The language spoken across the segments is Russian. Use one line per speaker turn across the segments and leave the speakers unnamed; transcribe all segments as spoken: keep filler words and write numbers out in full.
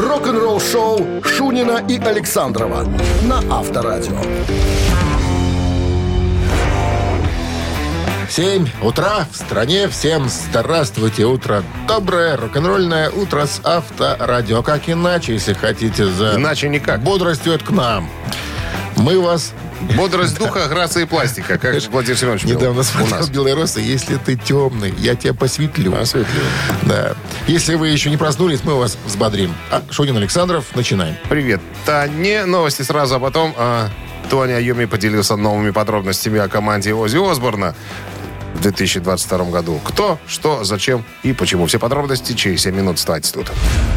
Рок-н-ролл-шоу Шунина и Александрова на Авторадио.
семь утра в стране. Всем здравствуйте. Утро доброе, рок-н-ролльное утро с Авторадио. Как иначе, если хотите, за
Иначе никак.
бодростью от к нам. Мы вас...
Бодрость духа, грация и пластика, как же Владимир Семенович пел.
Недавно
у
смотрел
нас.
«Белорусы». Если ты темный, я тебя посветлю.
Осветлю.
Да. Если вы еще не проснулись, мы вас взбодрим. А, Шунин, Александров, начинаем.
Привет. Таня, новости сразу, а потом а, Тони Айоми поделился новыми подробностями о команде Оззи Осборна в две тысячи двадцать втором году. Кто, что, зачем и почему. Все подробности через семь минут. Вставайте тут.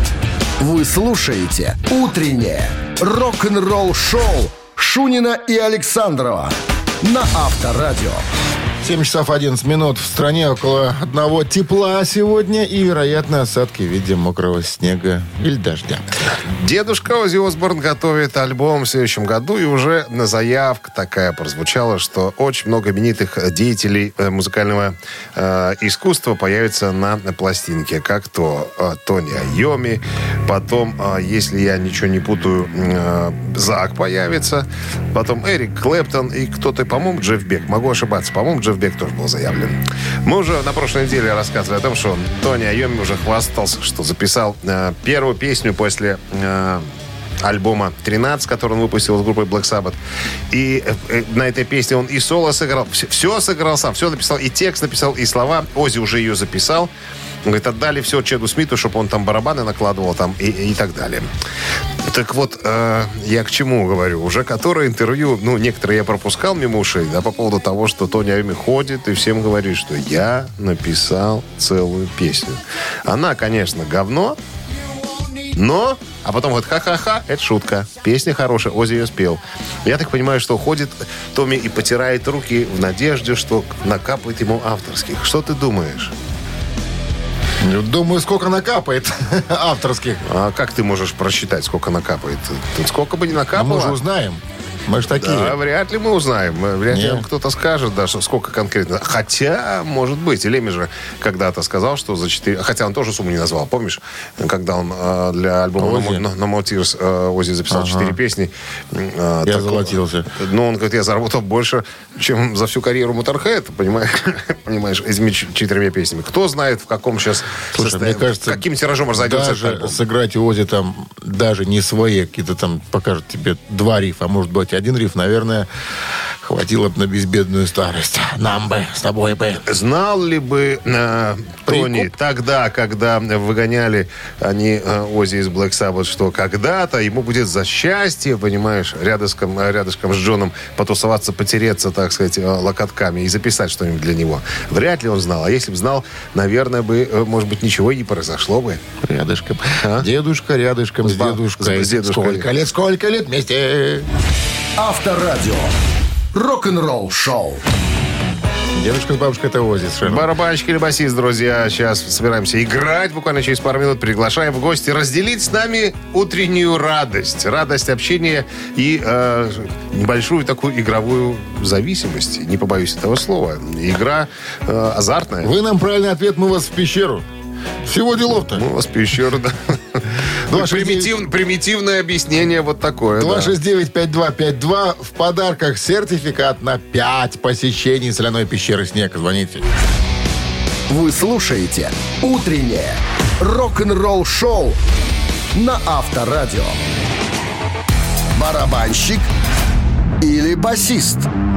Вы слушаете «Утреннее рок-н-ролл-шоу» Шунина и Александрова на Авторадио.
семь часов одиннадцать минут. В стране около одного тепла сегодня и, вероятно, осадки в виде мокрого снега или дождя.
Дедушка Оззи Осборн готовит альбом в следующем году, и уже на заявка такая прозвучала, что очень много именитых деятелей э, музыкального э, искусства появится на, на пластинке. Как то э, Тони Айоми, потом, э, если я ничего не путаю, э, Зак появится, потом Эрик Клэптон и кто-то, по-моему, Джефф Бек. Могу ошибаться, по-моему, Джефф Бек тоже был заявлен. Мы уже на прошлой неделе рассказывали о том, что Тони Айоми уже хвастался, что записал э, первую песню после э, альбома тринадцать, который он выпустил с группой Black Sabbath. И э, на этой песне он и соло сыграл, все, все сыграл сам, все написал, и текст написал, и слова. Оззи уже ее записал. Он говорит, отдали все Чеду Смиту, чтобы он там барабаны накладывал там и, и так далее. Так вот, э, я к чему говорю? Уже которое интервью, ну, некоторые я пропускал мимо ушей, да, по поводу того, что Тони Айоми ходит и всем говорит, что я написал целую песню. Она, конечно, говно, но... А потом говорит, ха-ха-ха, это шутка. Песня хорошая, Оззи ее спел. Я так понимаю, что ходит Томми и потирает руки в надежде, что накапает ему авторских. Что ты думаешь?
Думаю, сколько накапает авторских.
А как ты можешь просчитать, сколько накапает? Сколько бы ни
А
накапало...
мы же узнаем. Мы же такие.
Да, вряд ли мы узнаем. Вряд ли
Не.
нам кто-то скажет, да, что сколько конкретно. Хотя, может быть. И Леми же когда-то сказал, что за четыре... Хотя он тоже сумму не назвал. Помнишь, когда он э, для альбома
Оззи?
No More Tears э, Оззи записал четыре
Ага.
песни. Э,
Я
так,
золотился.
Ну, он говорит, я заработал больше, чем за всю карьеру Motorhead, понимаешь, понимаешь, этими ч- четырьмя песнями. Кто знает, в каком сейчас
Слушай, мне кажется,
каким тиражом разойдется этот
даже
альбом.
сыграть у Оззи там даже не свои, какие-то там покажут тебе два рифа, а может быть один риф, наверное, хватило бы на безбедную старость. Нам бы, с тобой бы.
Знал ли бы э, Тони
Прикуп.
тогда, когда выгоняли они э, Оззи из Black Sabbath, что когда-то ему будет за счастье, понимаешь, рядышком, рядышком с Джоном потусоваться, потереться, так сказать, э, локотками и записать что-нибудь для него. Вряд ли он знал. А если бы знал, наверное, бы, э, может быть, ничего и не произошло бы.
Рядышком.
А?
Дедушка рядышком с
С ба-
дедушкой.
с дедушкой.
Сколько лет, сколько лет вместе.
Авторадио. Рок-н-ролл-шоу.
Дедушка с бабушкой — это Оззи совершенно.
Барабанщик или басист, друзья, сейчас собираемся играть. Буквально через пару минут приглашаем в гости разделить с нами утреннюю радость. Радость общения и э, небольшую такую игровую зависимость. Не побоюсь этого слова. Игра э, азартная.
Вы нам правильный ответ, мы вас в пещеру. Всего делов-то.
Ну, у вас пещера, да.
два шесть
Примитив- примитивное объяснение вот такое.
два
да.
шесть девять пять два пять два. В подарках сертификат на пять посещений соляной пещеры «Снег». Звоните.
Вы слушаете «Утреннее рок-н-ролл-шоу» на Авторадио. Барабанщик или басист?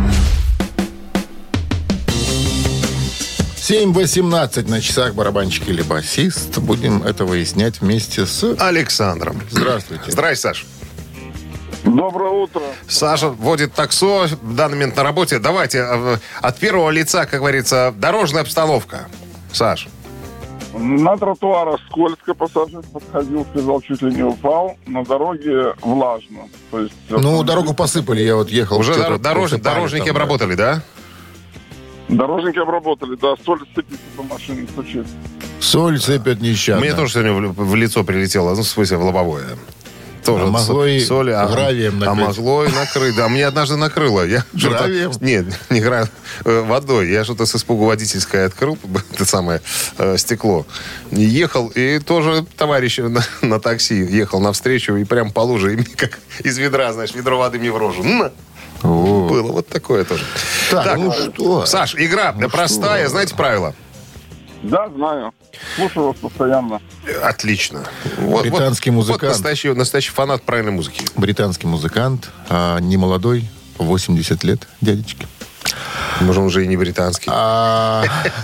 семь восемнадцать на часах. Барабанщик или басист. Будем это выяснять вместе с...
Александром.
Здравствуйте.
Здрасте, Саш.
Доброе утро.
Саша водит таксо в данный момент на работе. Давайте э, от первого лица, как говорится, дорожная обстановка. Саш.
На тротуарах скользко, пассажир подходил, сказал, чуть ли не упал. На дороге влажно. То есть,
Ну, дорогу посыпали. Я вот ехал.
Уже
что-то
дор- дорож-
посыпали
дорожники
там, да.
обработали, да?
Дорожники обработали, да, соль сыпется по машине, стучит.
Соль сыпят нещадно.
Мне тоже сегодня в, в лицо прилетело, ну, в смысле, в лобовое. Тоже
а могло и
соли, а,
гравием накрыть.
А могло и накрыть. Да, мне однажды накрыло. Я
Гравием?
Нет, не гравием, водой. Я что-то с испугу водительское открыл, это самое э, стекло. Ехал, и тоже товарищ на, на такси ехал навстречу, и прям по луже, и мне как из ведра, знаешь, ведро воды мне в рожу. На!
О.
Было вот такое тоже.
Так, ну что?
Саш, игра
Ну
простая,
что?
знаете правила?
Да, знаю. Слушаю вас постоянно.
Отлично. Вот,
Британский
вот,
музыкант.
Вот настоящий, настоящий фанат правильной музыки.
Британский музыкант, а, не молодой, восемьдесят лет, дядечки.
Может, он уже и не британский.
А,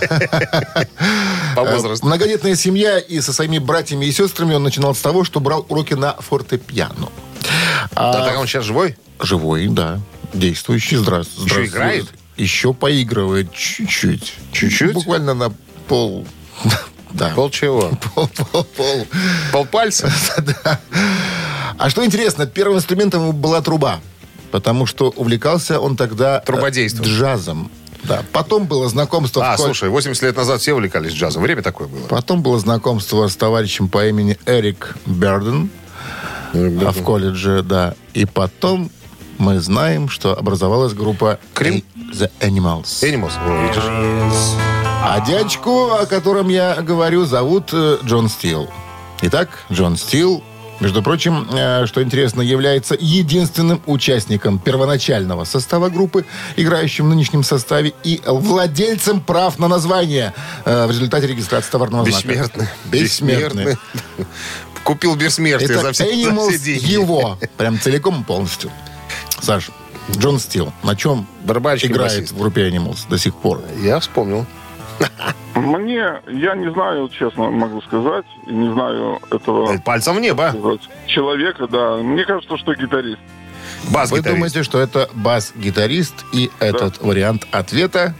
По возрасту.
Многодетная семья, и со своими братьями и сестрами он начинал с того, что брал уроки на фортепиано. А,
Да, так он сейчас живой?
Живой, да. Действующий. Здравствуй.
Еще играет?
Еще поигрывает чуть-чуть.
Чуть-чуть?
Буквально на пол... Да.
Пол чего?
Пол, пол, пол.
Пол пальца?
Да. А что интересно, первым инструментом его была труба. Потому что увлекался он тогда э,
Трубодейством.
джазом. Да. Потом было знакомство...
А,
в коль-
слушай, восемьдесят лет назад все увлекались джазом. Время такое было.
Потом было знакомство с товарищем по имени Эрик Берден а в колледже, да. И потом мы знаем, что образовалась группа
Крим?
The Animals.
Animals. О, видишь?
А дядьку, о котором я говорю, зовут э, Джон Стил. Итак, Джон Стил, между прочим, э, что интересно, является единственным участником первоначального состава группы, играющим в нынешнем составе, и владельцем прав на название э, в результате регистрации товарного знака.
Бессмертный.
Бессмертный.
Купил бессмертие
Это
за все, за
Animals
все деньги.
его. Прям целиком и полностью. Саш, Джон Стил. На чем
Барабанщик,
играет
басист.
в группе Animals до сих пор?
Я вспомнил.
Мне, я не знаю, честно могу сказать, и не знаю этого
Пальцем в небо.
сказать, человека, да. Мне кажется, что гитарист.
Вы
Бас-гитарист.
думаете, что это бас-гитарист, и этот вариант ответа...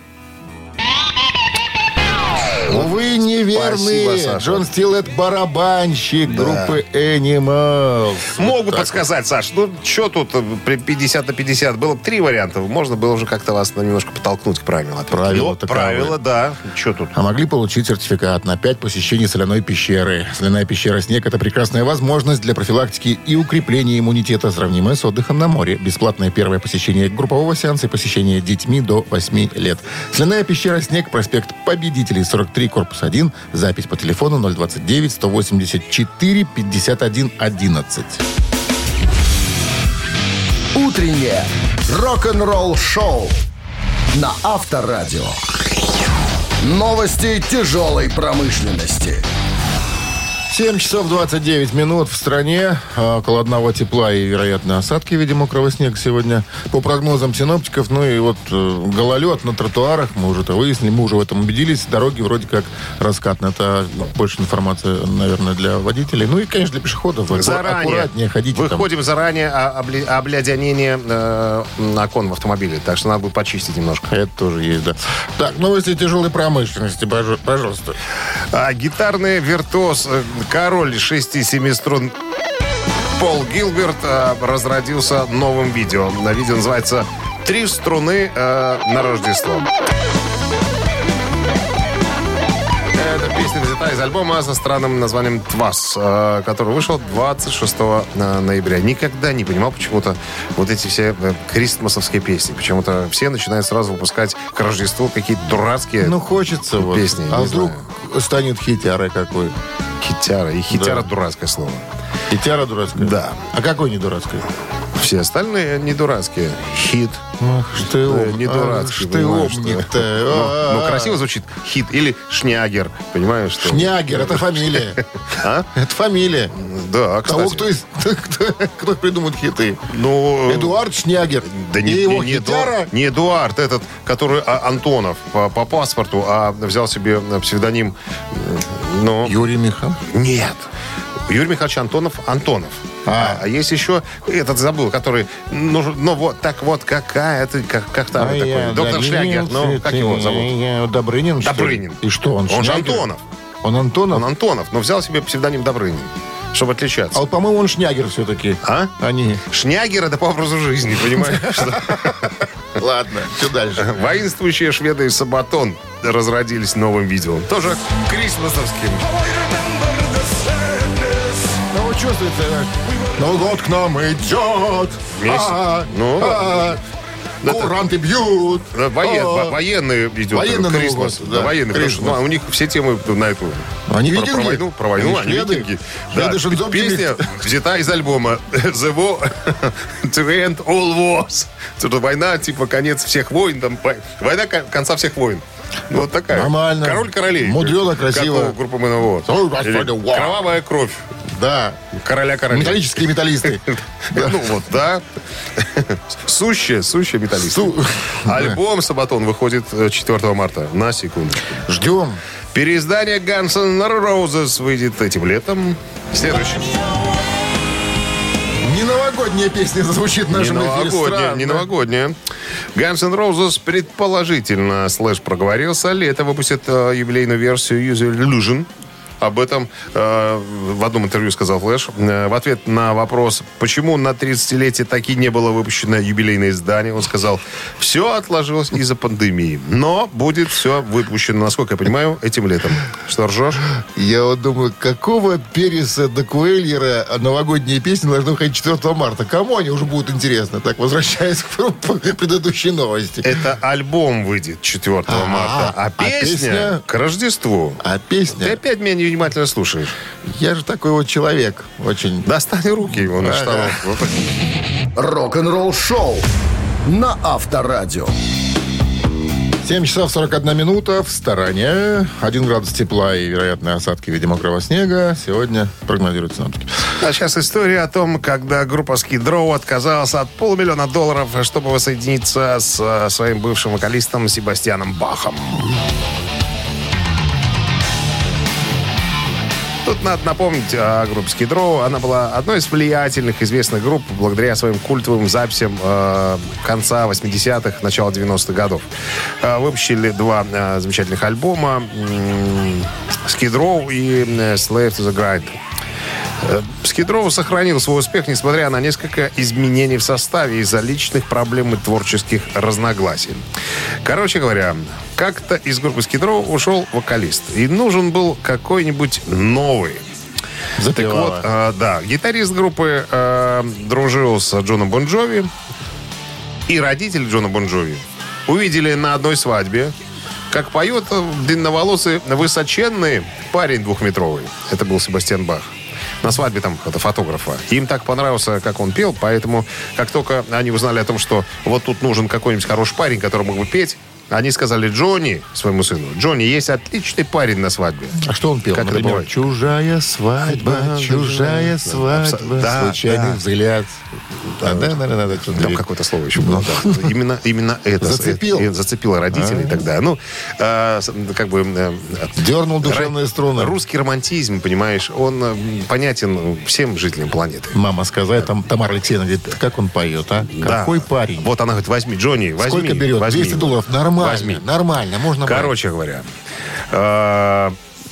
Увы, неверный.
Спасибо, Саша.
Джон Стил — это барабанщик
Да.
группы Animals.
Могу
Вот так
подсказать, Саш. Ну, что тут э, при пятьдесят на пятьдесят? Было бы три варианта. Можно было уже как-то вас немножко подтолкнуть к правильному ответу.
Правила
Ну,
таковы.
правила, да. Что тут?
А могли получить сертификат на пять посещений соляной пещеры. Соляная пещера «Снег» — это прекрасная возможность для профилактики и укрепления иммунитета, сравнимая с отдыхом на море. Бесплатное первое посещение группового сеанса и посещение детьми до восьми лет. Соляная пещера «Снег», проспект Победителей, сорок три, корпус один. Запись по телефону ноль двадцать девять сто восемьдесят четыре пятьдесят один одиннадцать.
Утреннее рок-н-ролл-шоу на Авторадио. Новости тяжелой промышленности.
семь часов двадцать девять минут в стране. А, Около одного тепла и, вероятно, осадки в виде мокрого снега сегодня. По прогнозам синоптиков, ну и вот э, гололед на тротуарах. Мы уже это выяснили, мы уже в этом убедились. Дороги вроде как раскатные. Это больше информация, наверное, для водителей. Ну и, конечно, для пешеходов.
Заранее.
Аккуратнее ходите там.
Выходим заранее о обле- обледенение э, окон в автомобиле. Так что надо будет почистить немножко.
Это тоже есть, да. Так, новости тяжелой промышленности, пожа- пожалуйста.
А, гитарный виртуоз, э, король шести-семи струн Пол Гилберт э, разродился новым видео. На видео называется «Три струны э, на Рождество». Эта песня взята из альбома со странным названием «Твас», э, который вышел двадцать шестого ноября. Никогда не понимал почему-то вот эти все э, кристмасовские песни. Почему-то все начинают сразу выпускать к Рождеству какие-то дурацкие
Ну, хочется вот.
песни.
А
не
вдруг
знаю.
станет хитярой какой?
Хитяра. И хитяра
Да.
дурацкое слово.
Хитяра дурацкая?
Да.
А какой не дурацкая?
Все остальные не дурацкие. Хит.
Ах, что ты
Э,
ум-
не
ах,
дурацкий.
что ты
понимаешь, что-
умник-то.
Ну,
А-а-а.
ну, красиво звучит хит. Или шнягер. Понимаешь, что?
Шнягер, это фамилия.
А?
Это фамилия.
Да,
Того,
кстати.
кто, из- кто, кто придумает хиты.
Ну,
Эдуард Шнягер.
Да не,
И
не,
его
не
хитяра.
Эду- не Эдуард, этот, который а, Антонов по, по паспорту, а взял себе псевдоним. м, Ну,
Юрий Михайлович.
нет. Юрий Михайлович Антонов Антонов.
А.
А, есть еще, этот забыл, который, ну, ну вот так вот какая ты, как, как там
А
такой,
я
доктор Шлягер, ну, как его зовут?
Я Добрынин, что ли?
Добрынин.
И что, он
Он же
Шнягер?
Антонов.
Он Антонов?
Он Антонов, но взял себе псевдоним Добрынин, чтобы отличаться.
А вот, по-моему, он Шнягер все-таки.
А?
Они.
Шнягер — это по образу жизни, понимаешь?
Ладно, что дальше?
Воинствующие шведы из Сабатон разродились новым видео. Тоже крисмасовским.
Ну, чувствуется. Новый год к нам идет.
Месяц.
А,
Ну,
а, куранты бьют.
Воен-
А.
во- военные идет.
Военный Новый
Крисмас.
год,
Да,
да,
военный. Потому что,
Крисмас.
ну, а у них все темы на эту.
Они
про,
митинги?
про войну, про войну,
Они
они
шведы.
митинги.
Шведы,
Да,
шведзовки
песня
митинг.
взята из альбома The War to End All Wars. Это война, типа, конец всех войн. Там, война ко- конца всех войн. Ну, вот такая.
Нормально.
Король королей.
Мудрено, красиво.
Как у группы Мэнова.
Ой, господи, вау.
Кровавая кровь.
Да.
Короля королей.
Металлические металлисты.
Ну вот, да. Сущие, сущие металлисты.
Су-
Альбом «Сабатон» выходит четвёртого марта. На секунду.
Ждем.
Переиздание Guns N' Roses выйдет этим летом. Следующий.
Не новогодняя песня звучит в
Не
нашем эфире.
новогодняя,
Странно.
не новогодняя. Guns N' Roses предположительно, слэш проговорился, лето выпустит э, юбилейную версию Use Illusion. Об этом э, в одном интервью сказал Флэш. Э, в ответ на вопрос, почему на тридцатилетие таки не было выпущено юбилейное издание, он сказал, все отложилось из-за пандемии. Но будет все выпущено, насколько я понимаю, этим летом. Что, ржешь?
Я вот думаю, какого Переса до Куэльера новогодние песни должны выходить четвёртого марта? Кому они уже будут интересны? Так, возвращаясь к предыдущей новости.
Это альбом выйдет четвёртого
А,
марта, а
а
песня,
песня?
к Рождеству.
А
Ты
песня?
опять меня невнимательно слушаешь.
Я же такой вот человек. Очень...
Достань руки его на
Ага.
штанах. Вот так.
Рок-н-ролл шоу на Авторадио.
семь часов сорок одна минута в стороне. Один градус тепла и вероятные осадки в виде мокрого снега. Сегодня прогнозируют синоптики.
А сейчас история о том, когда группа Skid Row отказалась от полумиллиона долларов, чтобы воссоединиться с э, своим бывшим вокалистом Себастьяном Бахом. Тут надо напомнить о группе Skid Row. Она была одной из влиятельных, известных групп благодаря своим культовым записям э, конца восьмидесятых, начала девяностых годов. Э, выпустили два э, замечательных альбома м- Skid Row и э, Slave to the Grind. Skid Row сохранил свой успех, несмотря на несколько изменений в составе из-за личных проблем и творческих разногласий. Короче говоря, как-то из группы Skid Row ушел вокалист. И нужен был какой-нибудь новый. Так вот, э, да, гитарист группы э, дружил с Джоном Бон Джови. И родители Джона Бон Джови увидели на одной свадьбе, как поет длинноволосый, высоченный парень двухметровый. Это был Себастьян Бах. На свадьбе там это фотографа. Им так понравился, как он пел, поэтому как только они узнали о том, что вот тут нужен какой-нибудь хороший парень, который мог бы петь, они сказали Джонни, своему сыну, Джонни, есть отличный парень на свадьбе.
А что он пел?
Как это
Например,
бывает?
чужая свадьба, чужая свадьба,
Да,
случайный
да.
взгляд. Да, да, да, да, да, что-то
Там
говорит.
какое-то слово еще было. Да. Именно, именно это.
Зацепил?
Это зацепило родителей тогда. Ну, э, с- как бы... э,
Дернул душевные струны.
Русский романтизм, понимаешь, он э, понятен всем жителям планеты.
Мама сказала, там Тамара Алексеевна говорит, как он поет, а?
Да.
Какой парень?
Вот она говорит, возьми, Джонни, возьми.
Сколько берет?
возьми
двести
его.
долларов. Нормально.
Возьми.
Нормально, можно брать.
Короче говоря, э,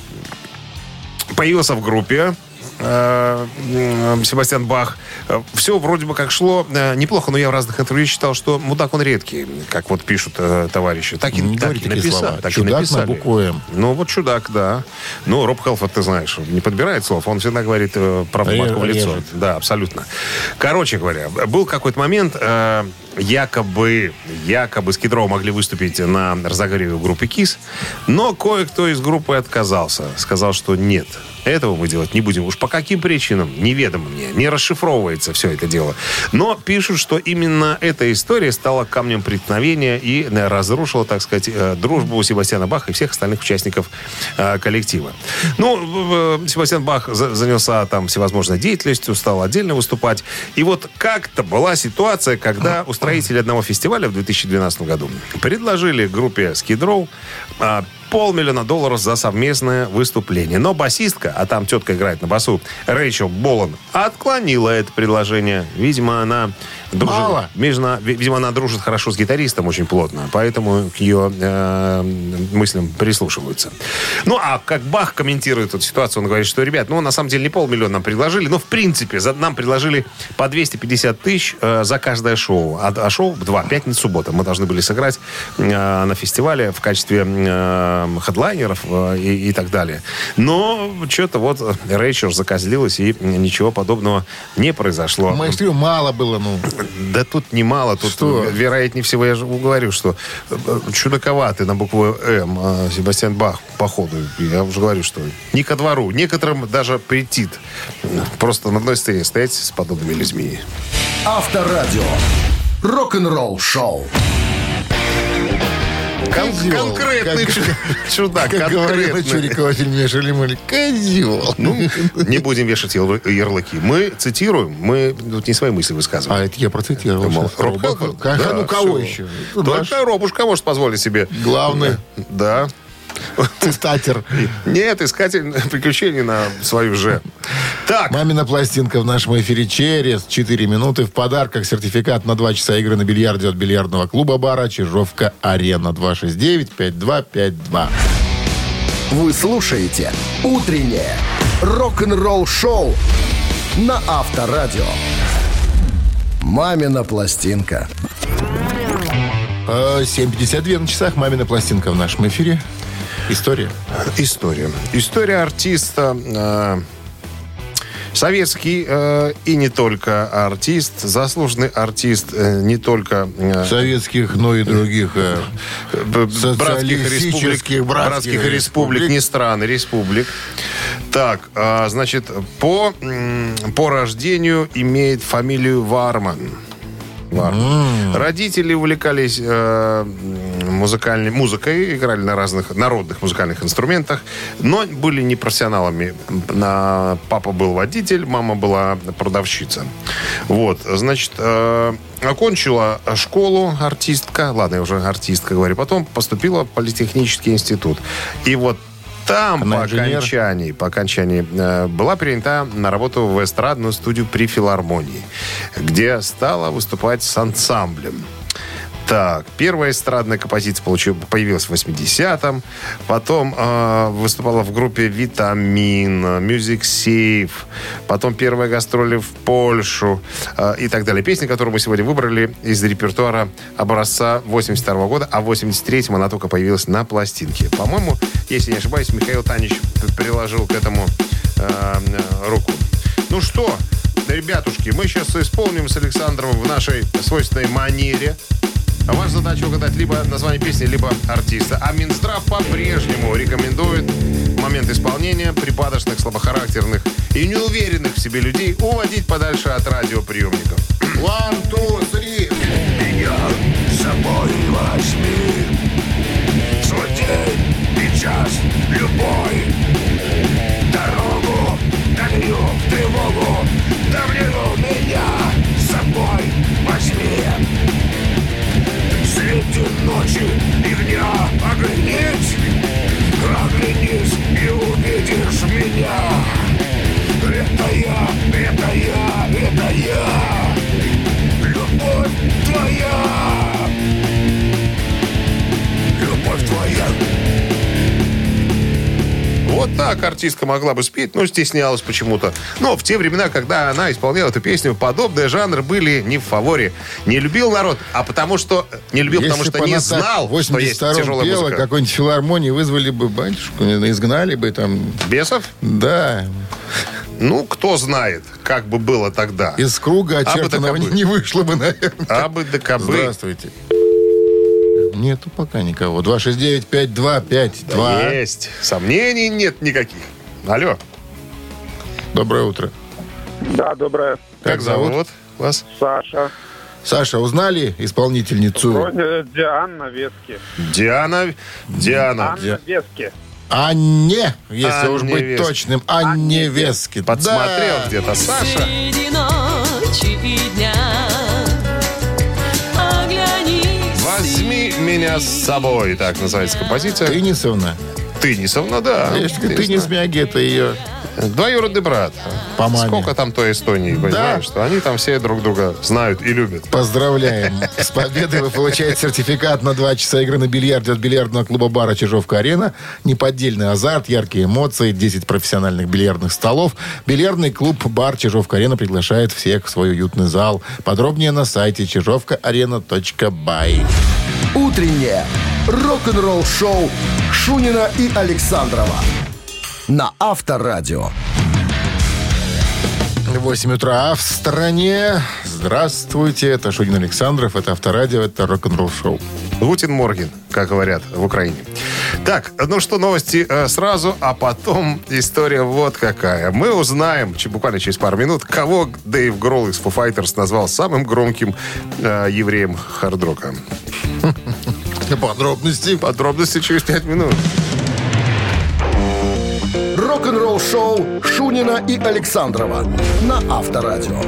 появился в группе э, э, Себастьян Бах. Все вроде бы как шло э, неплохо, но я в разных интервью считал, что мудак он редкий, как вот пишут э, товарищи. Так и,
Не
так
говорите
и
такие
написали.
слова.
Так и
Чудак на
написали.
букву «М».
Ну, вот чудак, да. Ну, Роб Хелфорд, ты знаешь, не подбирает слов, он всегда говорит э, правду
Ре-
матку в лицо.
режет.
Да, абсолютно. Короче говоря, был какой-то момент, э, якобы, якобы Skid Row могли выступить на разогреве группы Kiss, но кое-кто из группы отказался. Сказал, что нет, этого мы делать не будем. Уж по каким причинам, неведомо мне, не расшифровывается все это дело. Но пишут, что именно эта история стала камнем преткновения и э, разрушила, так сказать, э, дружбу Себастьяна Баха и всех остальных участников э, коллектива. Ну, э, Себастьян Бах за- занялся там всевозможной деятельностью, стал отдельно выступать. И вот как-то была ситуация, когда устроители одного фестиваля в две тысячи двенадцатом году предложили группе Skid Row э, полмиллиона долларов за совместное выступление. Но басистка, а там тетка играет на басу, Рэйчел Болан, отклонила это предложение. Видимо, она Дружит.
Мало.
Видимо, видимо, она дружит хорошо с гитаристом очень плотно, поэтому к ее э, мыслям прислушиваются. Ну, а как Бах комментирует эту ситуацию, он говорит, что, ребят, ну, на самом деле, не полмиллиона нам предложили, но, в принципе, за, нам предложили по двести пятьдесят тысяч э, за каждое шоу. А, а шоу два, пятница, суббота. Мы должны были сыграть э, на фестивале в качестве э, хедлайнеров э, и, и так далее. Но что-то вот Рэйчел закозлилась, и ничего подобного не произошло.
Маэстро мало было, ну.
Да тут немало. Тут,
Что?
вероятнее всего, я же говорю, что чудаковатый на букву М Себастьян Бах, походу. Я уже говорю, что не ко двору. Некоторым даже претит просто на одной сцене стоять с подобными людьми.
Авторадио. Рок-н-ролл шоу.
Кон-
Козел.
конкретный
Как-
чу- чудак.
Как говорили на
конкретный.
Чурикова в фильме «Шалимали». Козел.
Ну, не будем вешать ярлы- ярлыки. Мы цитируем, мы тут не свои мысли высказываем.
А это я процитировал.
Мол,
сейчас.
Роб
Робоха.
Хелфорд?
Как-
Да,
ну, кого
всё.
еще? Ну, наш
Только Робушка может позволить себе.
главный
Да.
цитатер.
Нет, искатель приключений на свою же. Так,
Мамина пластинка в нашем эфире через четыре минуты. В подарках сертификат на два часа игры на бильярде от бильярдного клуба-бара «Чижовка-Арена». два шесть девять пять два пять два.
Вы слушаете «Утреннее рок-н-ролл-шоу» на Авторадио. «Мамина пластинка».
Э, семь пятьдесят два на часах. Мамина пластинка в нашем эфире. История.
история. История артиста. э, Советский э, и не только артист, заслуженный артист э, не только э,
Советских, но и других э,
б- братских республик,
социалистических
братских республик, не стран, республик. Так, а, значит, по, м, по рождению имеет фамилию Варман. Варман. Родители увлекались э, музыкальной музыкой, играли на разных народных музыкальных инструментах, но были не профессионалами. На, папа был водитель, мама была продавщица. Вот, значит, э, окончила школу артистка, ладно, я уже артистка говорю, потом поступила в политехнический институт. И вот там
Она
по
инженер?
окончании, по окончании э, была принята на работу в эстрадную студию при филармонии, где стала выступать с ансамблем. Так, первая эстрадная композиция получила, появилась в восьмидесятом. Потом э, выступала в группе «Витамин», «Music Safe». Потом первые гастроли в Польшу э, и так далее. Песня, которую мы сегодня выбрали из репертуара образца восемьдесят второго года, а в восемьдесят третьем она только появилась на пластинке. По-моему, если не ошибаюсь, Михаил Танич приложил к этому э, руку. Ну что, ребятушки, мы сейчас исполним с Александром в нашей свойственной манере. А ваша задача угадать либо название песни, либо артиста. А Минздрав по-прежнему рекомендует в момент исполнения припадочных, слабохарактерных и неуверенных в себе людей уводить подальше от радиоприемников.
One, two, three.
Меня с собой возьми. Свой день и час любой. Дорогу даю в тревогу. Давлю меня с собой возьми. Среди ночи и дня оглянись. Оглянись и увидишь меня. Это я, это я, это я. Любовь твоя. Любовь твоя.
Вот так артистка могла бы спеть, но стеснялась почему-то. Но в те времена, когда она исполняла эту песню, подобные жанры были не в фаворе. Не любил народ, а потому что... Не любил, потому
Если
что
бы
не
она так
знал,
в
что есть
восемьдесят втором
тяжелая
пела,
музыка.
какой-нибудь филармонии вызвали бы батюшку, изгнали бы там.
Бесов?
Да.
Ну, кто знает, как бы было тогда.
Из круга
А бы
очертанного
да
не,
кабы.
не вышло бы, наверное.
А бы да кабы.
Здравствуйте. Нету пока никого. два шесть девять пять два пять два.
Есть. Сомнений нет никаких. Алло.
Доброе утро.
Да, доброе.
Как,
Как
зовут?
зовут?
вас?
Саша.
Саша, узнали исполнительницу?
Вроде Диана Вески.
Диана. Диана.
Анна Вески.
Анне, если
Анне
уж быть
Вески.
точным. Анне Вески.
Подсмотрел
Да.
где-то Саша.
Среди ночи и дня оглянись.
Возьми меня с собой. Так называется композиция.
Тынисовна.
Тынисовна, да.
Если Тынис Мяги, это ее...
Двоюродный брат.
По маме.
Сколько там той Эстонии, понимаешь? Что они там все друг друга знают и любят.
Поздравляем. С победой вы получаете сертификат на два часа игры на бильярде от бильярдного клуба-бара «Чижовка-арена». Неподдельный азарт, яркие эмоции, десять профессиональных бильярдных столов. Бильярдный клуб-бар «Чижовка-арена» приглашает всех в свой уютный зал. Подробнее на сайте чижовка арена точка бай.
Утреннее рок-н-ролл-шоу Шунина и Александрова на Авторадио.
восемь утра в стране. Здравствуйте, это Шунин Александров, это Авторадио, это рок-н-ролл-шоу.
Гутен Морген, как говорят в Украине. Так, ну что, новости э, сразу, а потом история вот какая. Мы узнаем, ч- буквально через пару минут, кого Дэйв Гролл из Foo Fighters назвал самым громким э, евреем хард-рока.
Подробности.
Подробности через пять минут.
Рок-н-ролл-шоу Шунина и Александрова на Авторадио.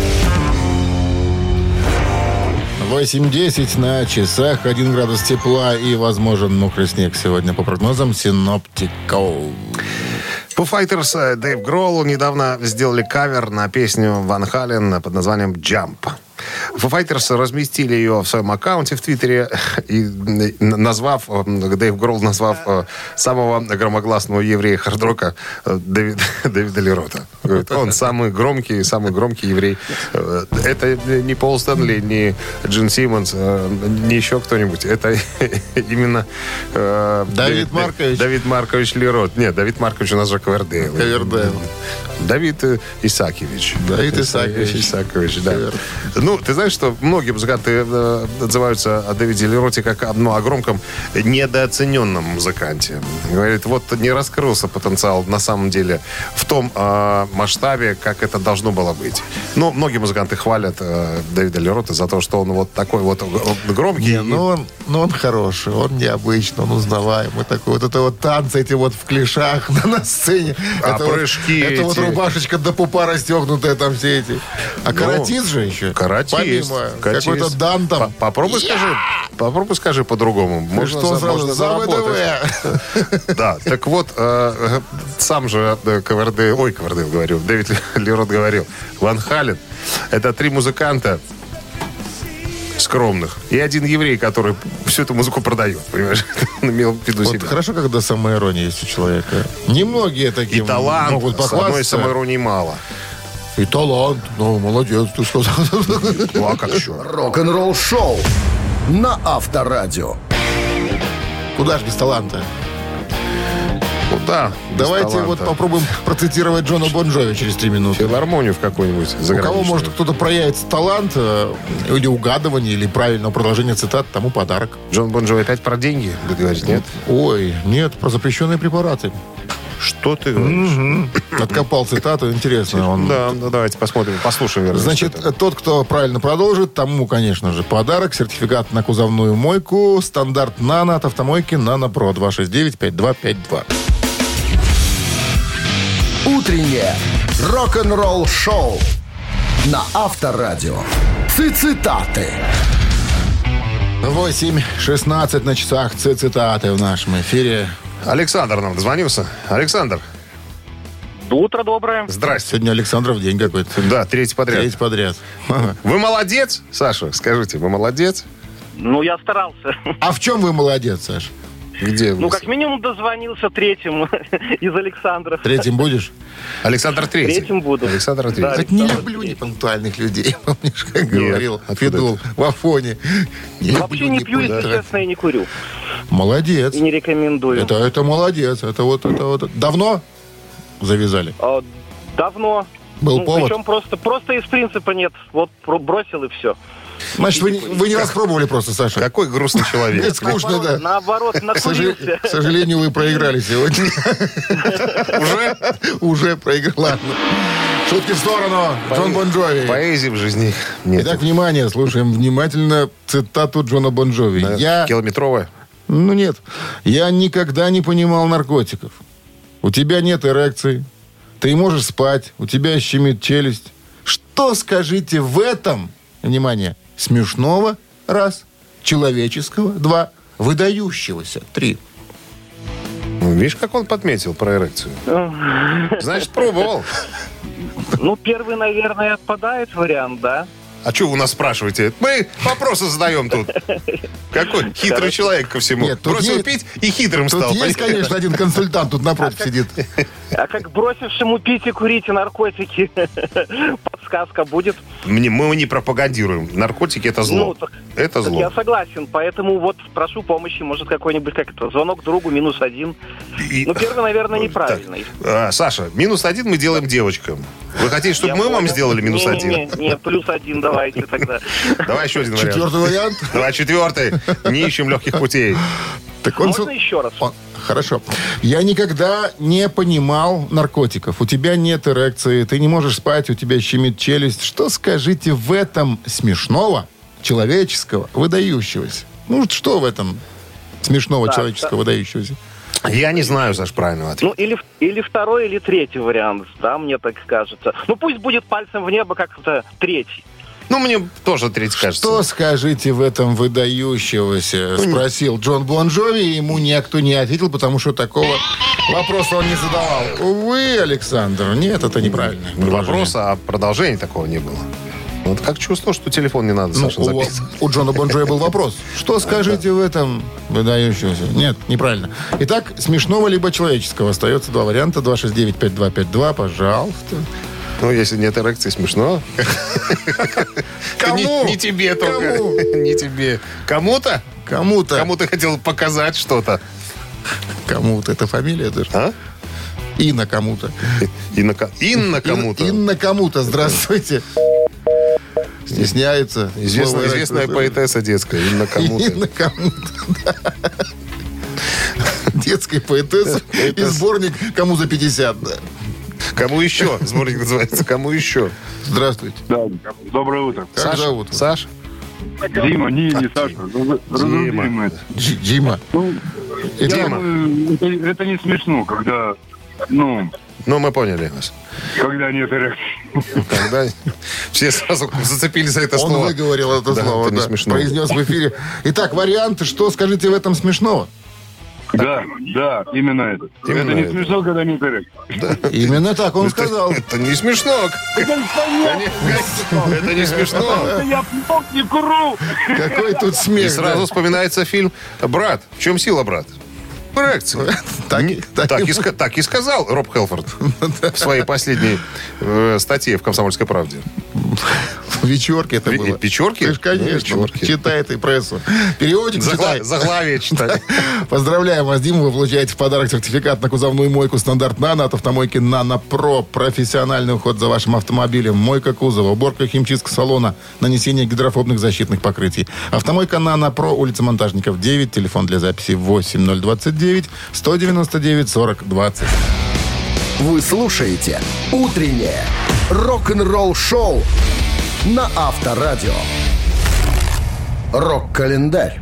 восемь десять на часах, один градус тепла и возможен мокрый снег сегодня по прогнозам синоптиков.
Foo Fighters, Дэйв Гролл недавно сделали кавер на песню Ван Хален под названием «Jump». Foo Fighters разместили ее в своем аккаунте в Твиттере, и назвав, Дэйв Гролл назвав самого громогласного еврея хард-рока Дэвид, Дэвида Ли Рота. Говорит, он самый громкий, самый громкий еврей. Это не Пол Стэнли, не Джин Симмонс, не еще кто-нибудь. Это именно
Давид
Дэвид
Маркович.
Давид Маркович Ли Рот. Нет, Давид Маркович у нас же Ковердейл.
Ковердейл.
Давид Исаакиевич.
Давид Исаакович.
Исаакович, да. Ну, ты знаешь, что многие музыканты э, отзываются о Дэвиде Ли Роте как ну, о громком, недооцененном музыканте. Говорит, вот не раскрылся потенциал на самом деле в том э, масштабе, как это должно было быть. Ну, многие музыканты хвалят э, Дэвида Ли Рота за то, что он вот такой вот громкий.
Не, ну, он, ну он хороший, он необычный, он узнаваемый такой. Вот это вот танцы эти вот в клишах на, на сцене.
А
это
прыжки
вот,
эти.
Это вот рубашечка до пупа расстегнутая там все эти. А
Ну,
каратист же еще.
Каратист.
Помимо.
Каратист.
Какой-то дан там.
Попробуй скажи, попробуй скажи по-другому. Можно,
что
за-
сразу?
можно
За
заработать.
ВДВ.
Да, так вот, э, сам же э, Ковердейл, ой, Ковердейл говорю, Дэвид Ли Рот говорил, Ван Хален — это три музыканта скромных и один еврей, который всю эту музыку продает, понимаешь? Он имел в виду
Вот
себя.
хорошо, когда самоирония есть у человека. Немногие
И
такие
талант,
могут
с одной
похвастаться.
самоиронии мало.
И талант. Ну, молодец, ты сказал.
Ну, а как еще?
Рок-н-ролл-шоу на Авторадио.
Куда ж без таланта?
Куда? Без
Давайте
таланта.
вот попробуем процитировать Джона Бон Джови через три минуты.
Филармонию в какую-нибудь
У кого,
заграничную.
может, кто-то проявит талант, э, или угадывание, или правильного продолжения цитат, тому подарок.
Джон Бон Джови опять про деньги будет говорить, нет?
Ой, нет, про запрещенные препараты.
Что ты говоришь?
Откопал цитату, интересно. Он...
Да, да, давайте посмотрим, послушаем. вернее,
Значит,
что это.
тот, кто правильно продолжит, тому, конечно же, подарок. Сертификат на кузовную мойку. Стандарт «Нано» от автомойки «Нано Про». два шесть девять пять два пять два.
Утреннее рок-н-ролл-шоу на Авторадио. Цитаты.
восемь шестнадцать на часах. Цитаты в нашем эфире.
Александр нам дозвонился. Александр,
Утро доброе.
здрасте.
Сегодня Александров день какой-то.
Да, третий подряд.
Третий подряд.
Вы молодец, Саша, скажите, вы молодец?
Ну, я старался.
А в чем вы молодец, Саш?
Где вы?
Ну, как минимум, дозвонился третьему из Александров.
Третьим будешь?
Александр Третий.
Третьим буду.
Александр Третий.
Да.
Так не люблю непунктуальных людей. Помнишь, как говорил
откуда
Федул в Афоне. Не
Вообще не пью, если
непунктуальных.
честно, и не курю.
Молодец.
И не рекомендую.
Это, это молодец. Это вот, это вот. Давно завязали?
А, давно.
Был
Ну,
повод?
Причем просто, просто из принципа нет. Вот про- бросил и все.
Значит, вы, не- вы не распробовали просто, Саша.
Какой грустный человек.
Это скучно, да.
Наоборот,
К сожалению,
накурился.
к сожалению, вы проиграли сегодня. Уже? Уже проиграл. Ладно. Шутки в сторону. Джон Бон Джови.
Поэзии в жизни нет.
Итак, внимание, слушаем внимательно цитату Джона Бон Джови.
Да,
Я...
Километровая.
Ну нет. Я никогда не понимал наркотиков. У тебя нет эрекции. Ты можешь спать. У тебя щемит челюсть. Что, скажите, в этом, внимание, смешного, раз, человеческого, два, выдающегося, три.
Видишь, как он подметил про эрекцию? Значит, пробовал.
Ну, первый, наверное, отпадает вариант, да?
А что вы у нас спрашиваете? Мы вопросы задаем тут. Какой хитрый человек ко всему.
Нет, тут
Бросил
есть-
пить и хитрым
Тут
стал.
есть, конечно, один консультант тут напротив сидит.
А как бросившему пить и курить и наркотики, подсказка будет?
Мне- Мы не пропагандируем. Наркотики — это зло.
Ну, так-
Это
Так я
зло.
согласен, поэтому вот прошу помощи, может какой-нибудь как это, звонок другу минус один.
И-
Ну, первый, наверное,
Так,
неправильный.
а, Саша, минус один мы делаем девочкам. Вы хотите, чтобы
Я
мы вам
понял.
сделали минус
Не,
один?
Не, не, не, плюс один давайте тогда.
Давай еще один вариант.
Четвертый вариант.
Давай четвертый. Не ищем легких путей.
Так он...
Можно еще раз?
Он- Хорошо. Я никогда не понимал наркотиков. У тебя нет эрекции, ты не можешь спать, у тебя щемит челюсть. Что скажите в этом смешного, человеческого, выдающегося? Ну, что в этом смешного,
Так,
человеческого,
так.
выдающегося?
Я не знаю, Саш, правильного ответа.
Ну, или, или второй, или третий вариант, да, мне так кажется. Ну, пусть будет пальцем в небо как-то третий.
Ну, мне тоже третий кажется.
Что скажите в этом выдающегося? Спросил Джон Бон Джови, и ему никто не ответил, потому что такого вопроса он не задавал. Увы, Александр, нет, это неправильно.
Не вопрос, а продолжения такого не было. Вот как чувствовал, что телефон не надо,
Ну,
Саша,
у,
записывать.
у Джона Бон Джови был вопрос. Что скажите в этом выдающегося? Нет, неправильно. Итак, смешного либо человеческого. Остается два варианта. два шесть девять пять два пять два, пожалуйста.
Ну, если нет эрекции, смешно.
Кому?
Не, не тебе только.
Кому?
Не тебе. Кому-то?
Кому-то.
Кому ты хотел показать что-то?
Кому-то. Это фамилия даже.
А?
Инна кому-то.
Инна, ко- Инна кому-то.
Ин- Инна кому-то. Здравствуйте. Стесняется.
Известная,
Слово
известная
эрекция.
поэтесса детская. Инна кому-то.
Инна кому-то, да. Детская поэтесса и сборник «Кому за пятьдесят». Да.
Кому еще? Сборник называется. Кому еще?
Здравствуйте.
Да, доброе утро.
Как
Саша?
зовут?
Саша?
Дима, не, не Саша. Разрушим это.
Дж- Дима.
Ну,
Это-
Дима.
это, это не смешно, когда, ну,
Ну, мы поняли вас.
когда нет эрекции.
Когда все сразу зацепились за это
Он
слово.
выговорил это
Да,
слово,
это не
да.
смешно.
Произнес в эфире. Итак, варианты, что скажите в этом смешного?
Да, да, именно это.
Именно
это не
это.
смешно, когда нет эрекции.
Именно так он сказал.
Это не смешно. Это не смешно.
Я плохо не куру.
Какой тут
И
смех.
сразу
да.
вспоминается фильм «Брат». В чем сила, брат? В эрекции.
Так,
Не-
так
Так
и-
и ска- так и сказал Роб Хелфорд в своей последней э, статье в «Комсомольской правде».
В вечерке это
В-
было.
Печорки?
Ты ж, конечно,
Печорки.
читай ты прессу. Периодик
Загла-
читай.
Заглавие читать.
Поздравляем вас, Дима. Вы получаете в подарок сертификат на кузовную мойку «Стандарт Нано» от автомойки «Нано Про». Профессиональный уход за вашим автомобилем. Мойка кузова, уборка и химчистка салона, нанесение гидрофобных защитных покрытий. Автомойка «Нано Про», улица Монтажников, девять. Телефон для записи восемь ноль двадцать девять сто девяносто девять сорок двадцать.
Вы слушаете «Утреннее рок-н-ролл-шоу» на Авторадио. Рок-календарь.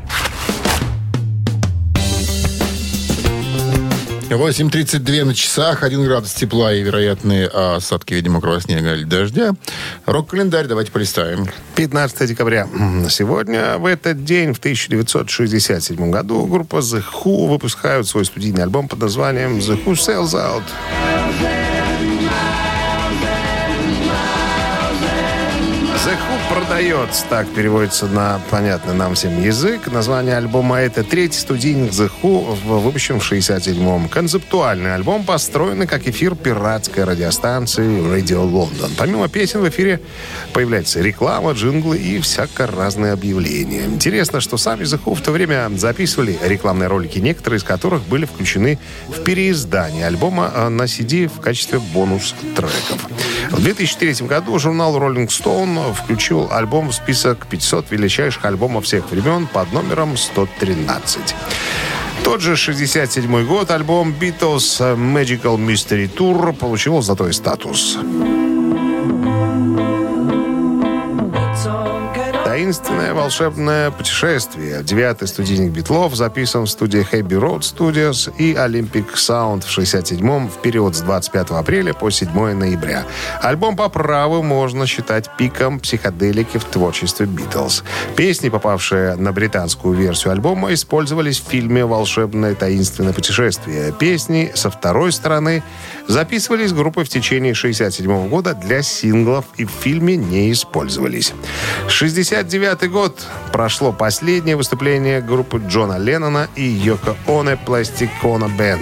восемь тридцать два на часах, один градус тепла и вероятные осадки в виде мокрого снега или дождя. Рок-календарь давайте полистаем.
пятнадцатое декабря. Сегодня, в этот день, в тысяча девятьсот шестьдесят седьмом году, группа The Who выпускают свой студийный альбом под названием The Who Sells Out. The Who продается, так переводится на понятный нам всем язык. Название альбома — это третий студийник The Who, выпущен в шестьдесят седьмом. Концептуальный альбом, построенный как эфир пиратской радиостанции Radio London. Помимо песен в эфире появляется реклама, джинглы и всяко разные объявления. Интересно, что сами The Who в то время записывали рекламные ролики, некоторые из которых были включены в переиздание альбома на си ди в качестве бонус-треков. В две тысячи третьем году журнал Rolling Stone включил альбом в список пятисот величайших альбомов всех времен под номером сто тринадцать. Тот же шестьдесят седьмой год альбом Beatles Magical Mystery Tour получил золотой статус. таинственное волшебное путешествие. Девятый студийник Битлов записан в студии Abbey Road Studios и Olympic Sound в шестьдесят седьмом в период с двадцать пятого апреля по седьмого ноября. Альбом по праву можно считать пиком психоделики в творчестве Битлз. Песни, попавшие на британскую версию альбома, использовались в фильме «Волшебное таинственное путешествие». Песни со второй стороны записывались группой в течение шестьдесят седьмого года для синглов и в фильме не использовались. шестьдесят девятый год. Прошло последнее выступление группы Джона Леннона и Йоко Оно Plastic Ono Band.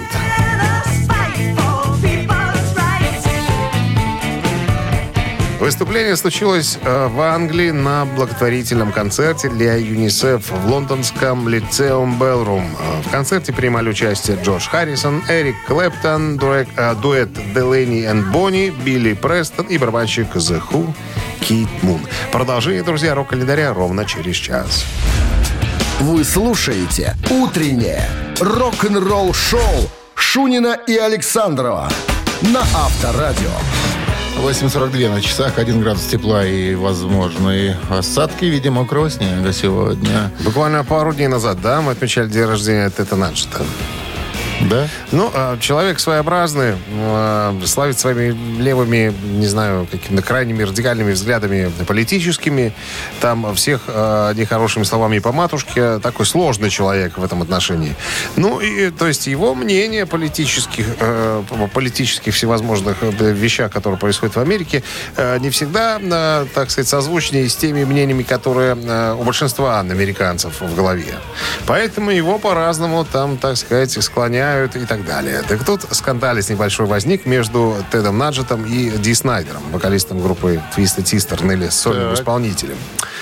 Выступление случилось в Англии на благотворительном концерте для ЮНИСЕФ в лондонском Lyceum Ballroom. В концерте принимали участие Джордж Харрисон, Эрик Клэптон, дуэт Делэни энд Бонни, Билли Престон и барабанщик The Who Кит Мун. Продолжение, друзья, рок-календаря ровно через час.
Вы слушаете «Утреннее рок-н-ролл-шоу» Шунина и Александрова на Авторадио.
восемь сорок два на часах, один градус тепла и возможные осадки в виде мокрого снега сегодня.
Буквально пару дней назад, да, мы отмечали день рождения Теда Наджета.
Да?
Ну, человек своеобразный, славит своими левыми, не знаю, какими-то крайними радикальными взглядами политическими. Там всех нехорошими словами и по матушке. Такой сложный человек в этом отношении. Ну, и, то есть его мнение политических, политических всевозможных вещах, которые происходят в Америке, не всегда, так сказать, созвучнее с теми мнениями, которые у большинства американцев в голове. Поэтому его по-разному там, так сказать, склоняют и так далее. Так тут скандалец небольшой возник между Тедом Наджетом и Ди Снайдером, вокалистом группы Twisted Sister, или сольным исполнителем.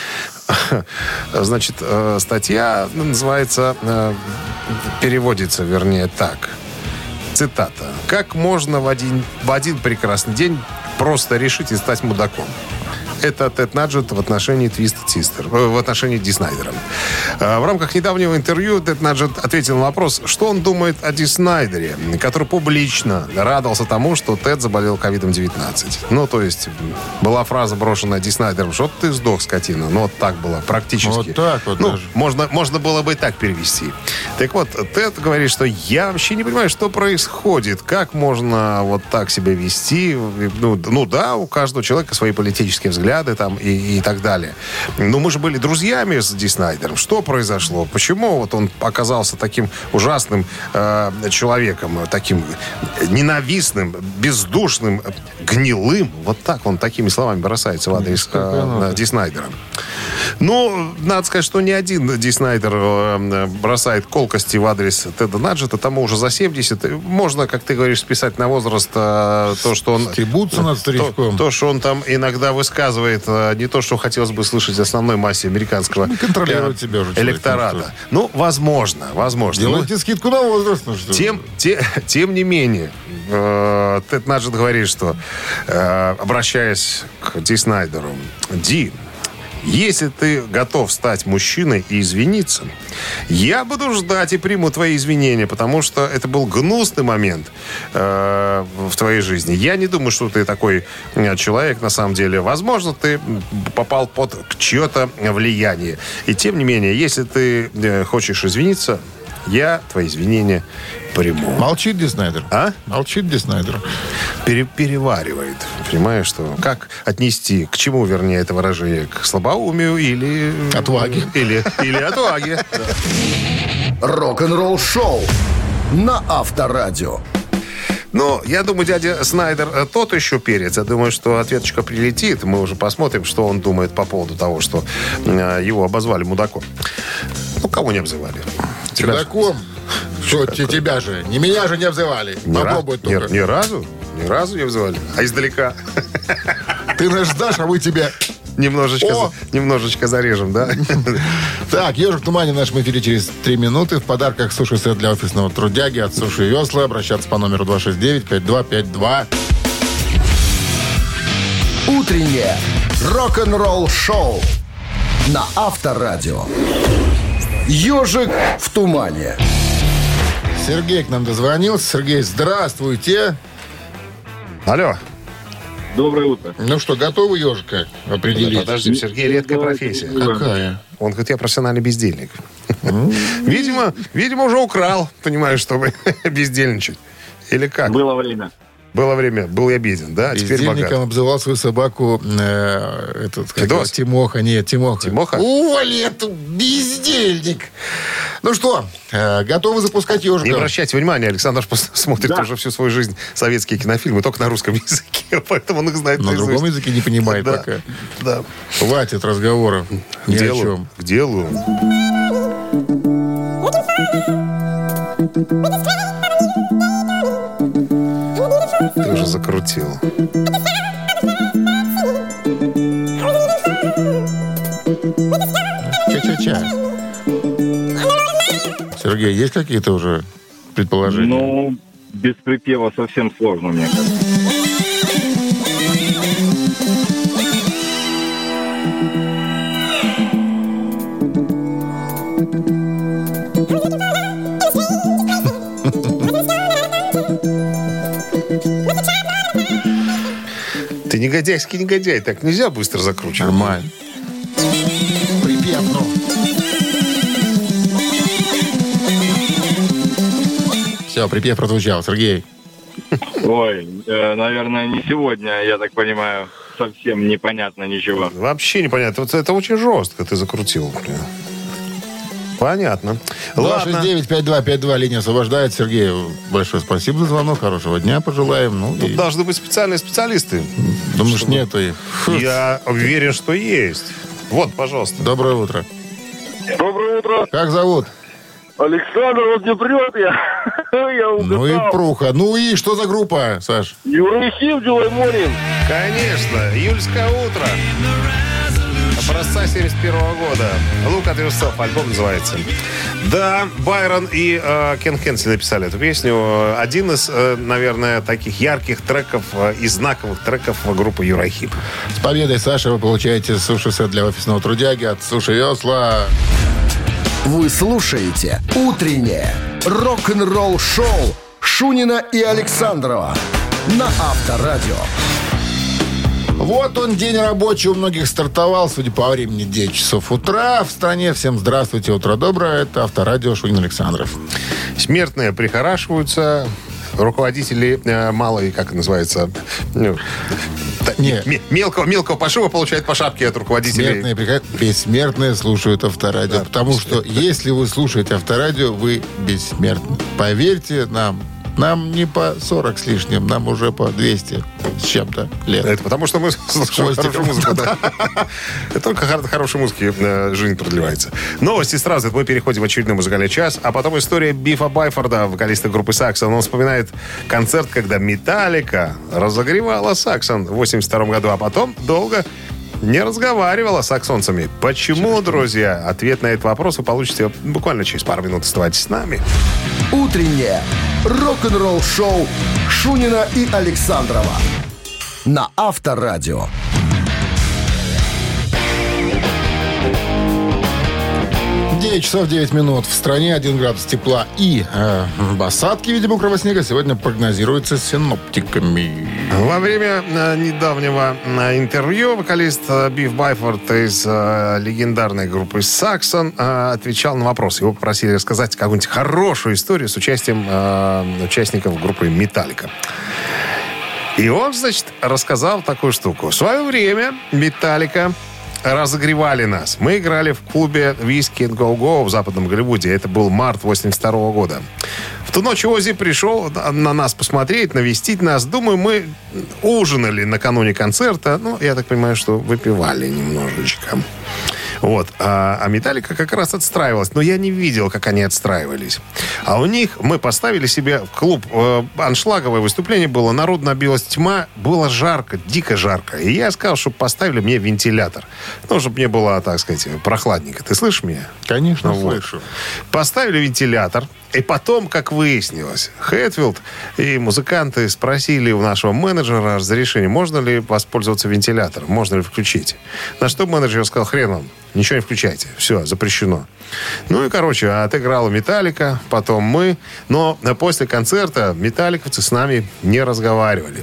Значит, статья называется, переводится, вернее, так. Цитата. «Как можно в один, в один прекрасный день просто решить и стать мудаком?» Это Тед Наджет в отношении Twisted Sister, в отношении Ди Снайдера. В рамках недавнего интервью Тед Наджет ответил на вопрос, что он думает о Ди Снайдере, который публично радовался тому, что Тед заболел ковид девятнадцать. Ну, то есть, была фраза, брошенная Ди Снайдером, что ты сдох, скотина. Ну, вот так было, практически.
Вот так вот
ну,
даже.
Можно, можно было бы и так перевести. Так вот, Тед говорит, что я вообще не понимаю, что происходит. Как можно вот так себя вести? Ну, ну да, у каждого человека свои политические взгляды там и, и так далее. Но мы же были друзьями с Ди Снайдером. Что произошло? Почему вот он оказался таким ужасным э, человеком, таким ненавистным, бездушным, гнилым? Вот так он такими словами бросается в адрес э, Ди Снайдера. Ну, надо сказать, что не один Ди Снайдер э, бросает колкости в адрес Теда Наджета. Тому уже за семьдесят. Можно, как ты говоришь, списать на возраст э, то, что он...
Стебутся над старичком.
То, то, что он там иногда высказывает, э, не то, что хотелось бы слышать основной массе американского
ну, контролирует
э,
тебя уже
электората.
Человек,
ну, возможно, возможно.
Делайте
ну,
скидку на возраст. Ну, что
тем, те, тем не менее, э, Тед Наджет говорит, что, э, обращаясь к Ди Снайдеру, Ди, если ты готов стать мужчиной и извиниться, я буду ждать и приму твои извинения, потому что это был гнусный момент э, в твоей жизни. Я не думаю, что ты такой человек на самом деле. Возможно, ты попал под чье-то влияние. И тем не менее, если ты э, хочешь извиниться, я твои извинения приму.
Молчит Ди Снайдер.
А?
Молчит Ди Снайдер.
Пере- переваривает. Понимаешь, что? Как отнести, к чему, вернее, это выражение? К слабоумию или...
Отваге.
Или, или отваге.
Рок-н-ролл-шоу на Авторадио.
Ну, я думаю, дядя Снайдер тот еще перец. Я думаю, что ответочка прилетит. Мы уже посмотрим, что он думает по поводу того, что его обозвали мудаком. Ну, кого не обзывали?
Чудаком. Что, тебя же, не меня же не обзывали.
Ни
Попробуй
ra-
только.
Ни, ни разу? Ни разу не обзывали. А издалека?
Ты наш дашь, а мы тебя...
Немножечко,
О!
немножечко зарежем, да?
Так, «Ежик в тумане» в нашем эфире через три минуты. В подарках суши-сет для офисного трудяги от Суши Весла. Обращаться по номеру два шесть девять пять два пять два.
Утреннее рок-н-ролл-шоу на Авторадио. «Ежик в тумане».
Сергей к нам дозвонился. Сергей, здравствуйте.
Алло.
Доброе утро.
Ну что, готовы ежика определить?
Да, подожди, у Сергея редкая профессия.
Какая?
Он говорит, я профессиональный бездельник. Видимо, видимо, уже украл, понимаешь, чтобы бездельничать. Или как?
Было время.
Было время, был я беден, да? А теперь богат.
Бездельником обзывал свою собаку э, этот, как его,
Федос?
Тимоха. Нет, Тимоха.
Тимоха?
Оля, это бездельник. Ну что, э, готовы запускать ежика?
Не обращайте внимания, Александр просто смотрит
Да.
уже всю свою жизнь советские кинофильмы, только на русском языке, поэтому он их знает
На
наизусть.
другом языке не понимает
Да,
пока.
да.
Хватит разговоров.
К
Ни о
делу,
чем.
к делу. Ты уже закрутил.
Ча-ча-ча. Сергей, есть какие-то уже предположения?
Ну, без припева совсем сложно, мне кажется.
Ты негодяйский негодяй, так нельзя быстро закручивать.
Нормально. Припев, ну. Все, припев прозвучал. Сергей.
Ой, э, наверное, не сегодня, я так понимаю, совсем непонятно ничего.
Вообще непонятно. Вот это очень жестко ты закрутил. Понятно.
два шесть
Ладно.
девять пять два пять два линия освобождает. Сергею большое спасибо за звонок. Хорошего дня пожелаем. Ну,
Тут
и...
должны быть специальные специалисты.
Думаешь,
чтобы-
нету их? Фу.
Я уверен, что есть. Вот, пожалуйста.
Доброе утро.
Доброе утро.
Как зовут?
Александр, вот не прет я. Я угадал.
Ну и пруха. Ну и что за группа, Саш?
Юрахим, July Morning.
Конечно, июльское утро. Образца семьдесят первого года. Look at yourself, альбом называется. Да, Байрон и э, Кен Хенсли написали эту песню. Один из, э, наверное, таких ярких треков э, и знаковых треков группы Юрахим.
С победой, Саша, вы получаете суши-сет для офисного трудяги от Суши Весла.
Вы слушаете «Утреннее рок-н-ролл-шоу» Шунина и Александрова на Авторадио.
Вот он, день рабочий у многих стартовал, судя по времени, девять часов утра. В стране всем здравствуйте, утро доброе. Это Авторадио, Шунин Александров.
Смертные прихорашиваются. Руководители э, малой, как это называется, ну, та-
Не.
м- мелкого, мелкого пошива получают по шапке от руководителей.
Смертные, приход- бессмертные слушают Авторадио.
Да,
потому что если вы слушаете Авторадио, вы бессмертны. Поверьте нам, нам не по сорок с лишним, нам уже по двести с чем-то лет.
Это потому, что мы слушаем
Костиком.
хорошую музыку. Да. Это только хор- хорошей музыки э, жизнь продлевается. Новости сразу. Это мы переходим в очередной музыкальный час. А потом история Бифа Байфорда, вокалиста группы Саксон. Он вспоминает концерт, когда Металлика разогревала Саксон в восемьдесят втором году, а потом долго не разговаривала с саксонцами. Почему, друзья? Ответ на этот вопрос вы получите буквально через пару минут. Оставайтесь с нами.
«Утреннее рок-н-ролл-шоу» Шунина и Александрова на Авторадио.
девять часов девять минут. В стране один градус тепла и э, в осадке, видимо, мокрого снега сегодня прогнозируется синоптиками.
Во время э, недавнего э, интервью вокалист э, Биф Байфорд из э, легендарной группы Саксон э, отвечал на вопрос. Его попросили рассказать какую-нибудь хорошую историю с участием э, участников группы «Металлика». И он, значит, рассказал такую штуку. В свое время «Металлика» разогревали нас. Мы играли в клубе «Whiskey and Go Go» в Западном Голливуде. Это был март восемьдесят второго года. В ту ночь Оззи пришел на нас посмотреть, навестить нас. Думаю, мы ужинали накануне концерта. Ну, я так понимаю, что выпивали немножечко. Вот. А, а «Металлика» как раз отстраивалась. Но я не видел, как они отстраивались. А у них мы поставили себе в клуб. Э, аншлаговое выступление было. Народ набилась тьма. Было жарко, дико жарко. И я сказал, чтобы поставили мне вентилятор. Ну, чтобы мне было, так сказать, прохладненько. Ты слышишь меня?
Конечно,
Ну, вот.
слышу.
Поставили вентилятор. И потом, как выяснилось, Хэтфилд и музыканты спросили у нашего менеджера разрешение, можно ли воспользоваться вентилятором, можно ли включить. На что менеджер сказал: хрен вам, ничего не включайте, все, запрещено. Ну и, короче, отыграла «Металлика», потом мы. Но после концерта металликовцы с нами не разговаривали.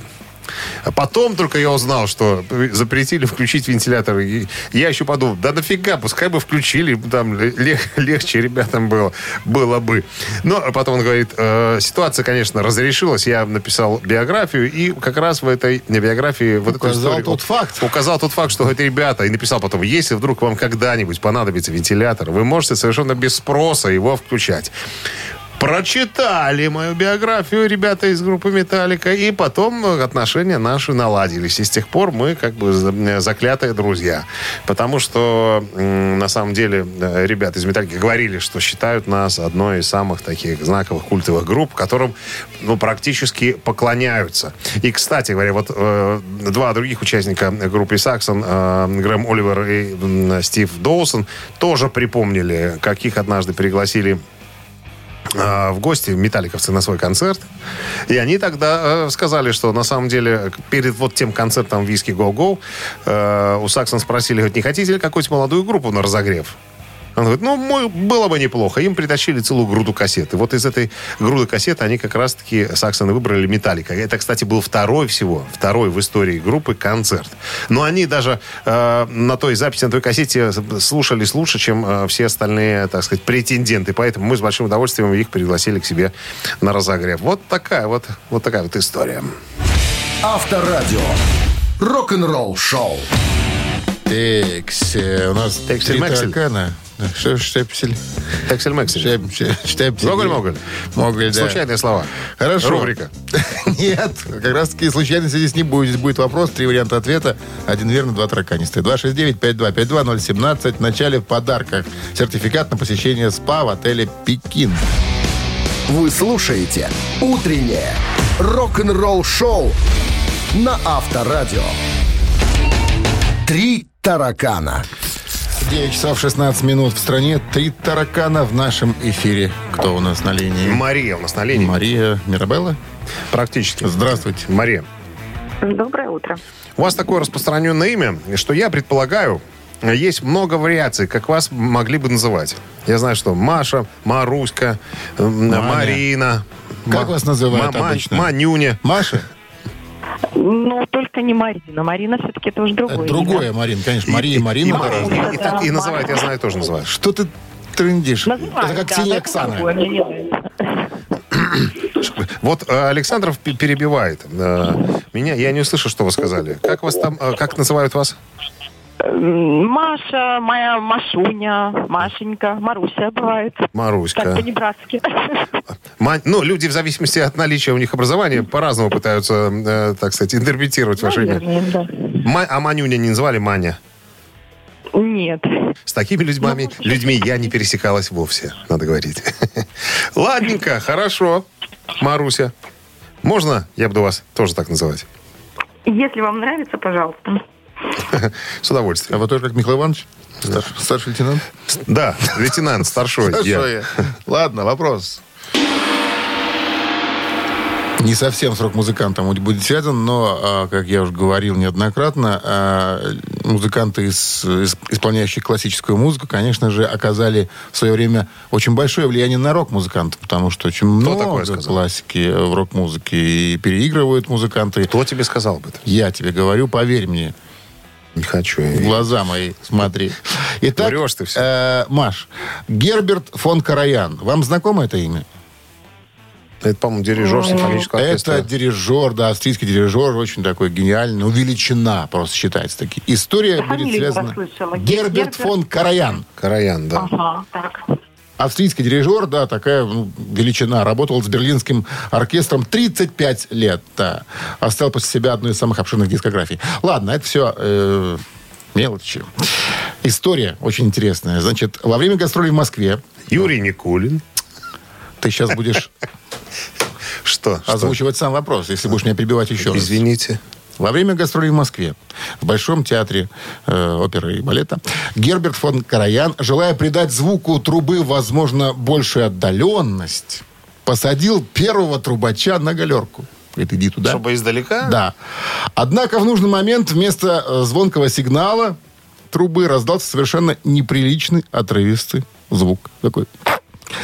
А потом только я узнал, что запретили включить вентилятор. И я еще подумал, да нафига, пускай бы включили, там лег, легче ребятам было, было бы. Но потом он говорит, э, ситуация, конечно, разрешилась. Я написал биографию, и как раз в этой биографии вот
указал
эту историю,
тот факт.
Указал тот факт, что, говорит, ребята, и написал потом, если вдруг вам когда-нибудь понадобится вентилятор, вы можете совершенно без спроса его включать. Прочитали мою биографию ребята из группы «Металлика», и потом отношения наши наладились. И с тех пор мы как бы заклятые друзья. Потому что, на самом деле, ребята из «Металлики» говорили, что считают нас одной из самых таких знаковых культовых групп, которым ну, практически поклоняются. И, кстати говоря, вот э, два других участника группы «Саксон», э, Грэм Оливер и э, Стив Доусон, тоже припомнили, каких однажды пригласили в гости металликовцы на свой концерт. И они тогда э, сказали, что на самом деле перед вот тем концертом «Виски Go Go» э, у Саксон спросили, говорит, не хотите ли какую-то молодую группу на разогрев? Он говорит, ну, мы, было бы неплохо. Им притащили целую груду кассет. И вот из этой груды кассет они как раз-таки, Саксоны, выбрали «Металлика». Это, кстати, был второй всего, второй в истории группы концерт. Но они даже э, на той записи, на той кассете слушались лучше, чем э, все остальные, так сказать, претенденты. Поэтому мы с большим удовольствием их пригласили к себе на разогрев. Вот такая вот, вот такая вот история.
Авторадио. Рок-н-ролл шоу.
Текс. У нас три таракана. Что штепсель?
Тексель-мексель.
Штепсель.
Гоголь-моголь.
Моголь, да.
Случайные слова.
Хорошо.
Рубрика.
Нет, как раз таки случайности здесь не будет. Здесь будет вопрос, три варианта ответа. Один верный, два тараканистые. два шесть девять пять два пять два ноль семнадцать. В начале в подарках сертификат на посещение СПА в отеле «Пекин».
Вы слушаете «Утреннее рок-н-ролл-шоу» на Авторадио. Три таракана.
девять часов шестнадцать минут в стране. Три таракана в нашем эфире. Кто у нас на линии?
Мария у нас на линии.
Мария Мирабелла?
Практически.
Здравствуйте.
Мария.
Доброе утро.
У вас такое распространенное имя, что я предполагаю, есть много вариаций, как вас могли бы называть. Я знаю, что Маша, Маруська, Маня. Марина.
Как
Ма-
вас называют
Ма-
обычно?
Манюня.
Маша?
Ну, только не Марина. Марина все-таки это уже другое.
Это другое, Марин, конечно. Мария и Марина.
И,
это
и,
разные.
и, и, так- и называют, я знаю, тоже называют.
Что ты трындишь?
Называют,
Это как
да,
Ксения
но это
Оксана.
другое, мне не нравится.
Вот э, Александров п- перебивает э, меня. Я не услышал, что вы сказали. Как вас там, э, как называют вас?
Маша, моя Машуня, Машенька, Маруся бывает.
Маруська.
Так, по-небратски.
Ма- Ну, люди в зависимости от наличия у них образования по-разному пытаются, э, так сказать, интерпретировать ваше имя.
Наверное, да.
Ма- а Манюня не называли Маня?
Нет.
С такими людьми, людьми я не пересекалась вовсе, надо говорить. Ладненько, хорошо, Маруся. Можно я буду вас тоже так называть?
Если вам нравится, пожалуйста.
С удовольствием.
А вы тоже как Михаил Иванович? Старший, старший лейтенант?
Да, лейтенант, старшой.
Хорошо
я.
я. Ладно, вопрос. Не совсем с рок-музыкантом будет связан, но, а, как я уже говорил неоднократно, а, музыканты, из, из- исполняющие классическую музыку, конечно же, оказали в свое время очень большое влияние на рок-музыкантов, потому что очень много
такое сказал?
классики в рок-музыке и переигрывают музыканты.
Кто тебе сказал об этом?
Я тебе говорю, поверь мне.
Не хочу. я
В
верить.
глаза мои, смотри. Итак,
Врешь ты всё.
э, Маш, Герберт фон Караян. Вам знакомо это имя?
Это, по-моему, дирижер симфонического оркестра.
Это дирижер, да, австрийский дирижер, очень такой гениальный, ну, величина просто считается таки. История будет
Фамилию
связана...
расслышала.
Герберт
Герберт
фон Караян.
Караян, да.
Ага, так.
Австрийский дирижер, да, такая ну, величина. Работал с берлинским оркестром тридцать пять лет, да. Оставил после себя одну из самых обширных дискографий. Ладно, это все э, мелочи. История очень интересная. Значит, во время гастролей в Москве...
Юрий Никулин.
Ты сейчас будешь
Что? Что?
озвучивать сам вопрос, если будешь меня перебивать еще раз.
Извините.
Во время гастролей в Москве в Большом театре э, оперы и балета Герберт фон Караян, желая придать звуку трубы, возможно, большую отдаленность, посадил первого трубача на галерку. Говорит, иди туда.
Чтобы издалека?
Да. Однако в нужный момент вместо э, звонкого сигнала трубы раздался совершенно неприличный отрывистый звук. Такой.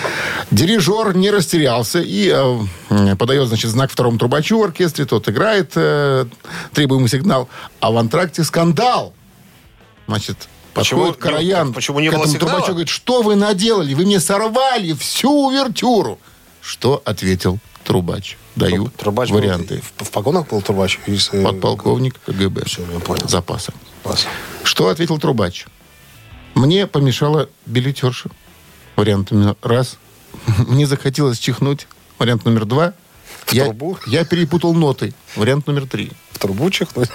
Дирижер не растерялся и э, подает, значит, знак второму трубачу в оркестре. Тот играет э, требуемый сигнал. А в антракте скандал. Значит, подходит Караян
почему не
к
было
этому
сигнала?
трубачу, говорит, что вы наделали? Вы мне сорвали всю увертюру. Что ответил трубач? Даю
Трубач
варианты.
Был, в, в погонах был трубач? Из, э,
Подполковник КГБ.
Все, я понял.
Запаса.
Запаса.
Что ответил трубач? Мне помешала билетерша. Вариант номер раз. Мне захотелось чихнуть. Вариант номер два.
В
Я,
трубу?
я перепутал ноты. Вариант номер три.
В трубу чихнуть?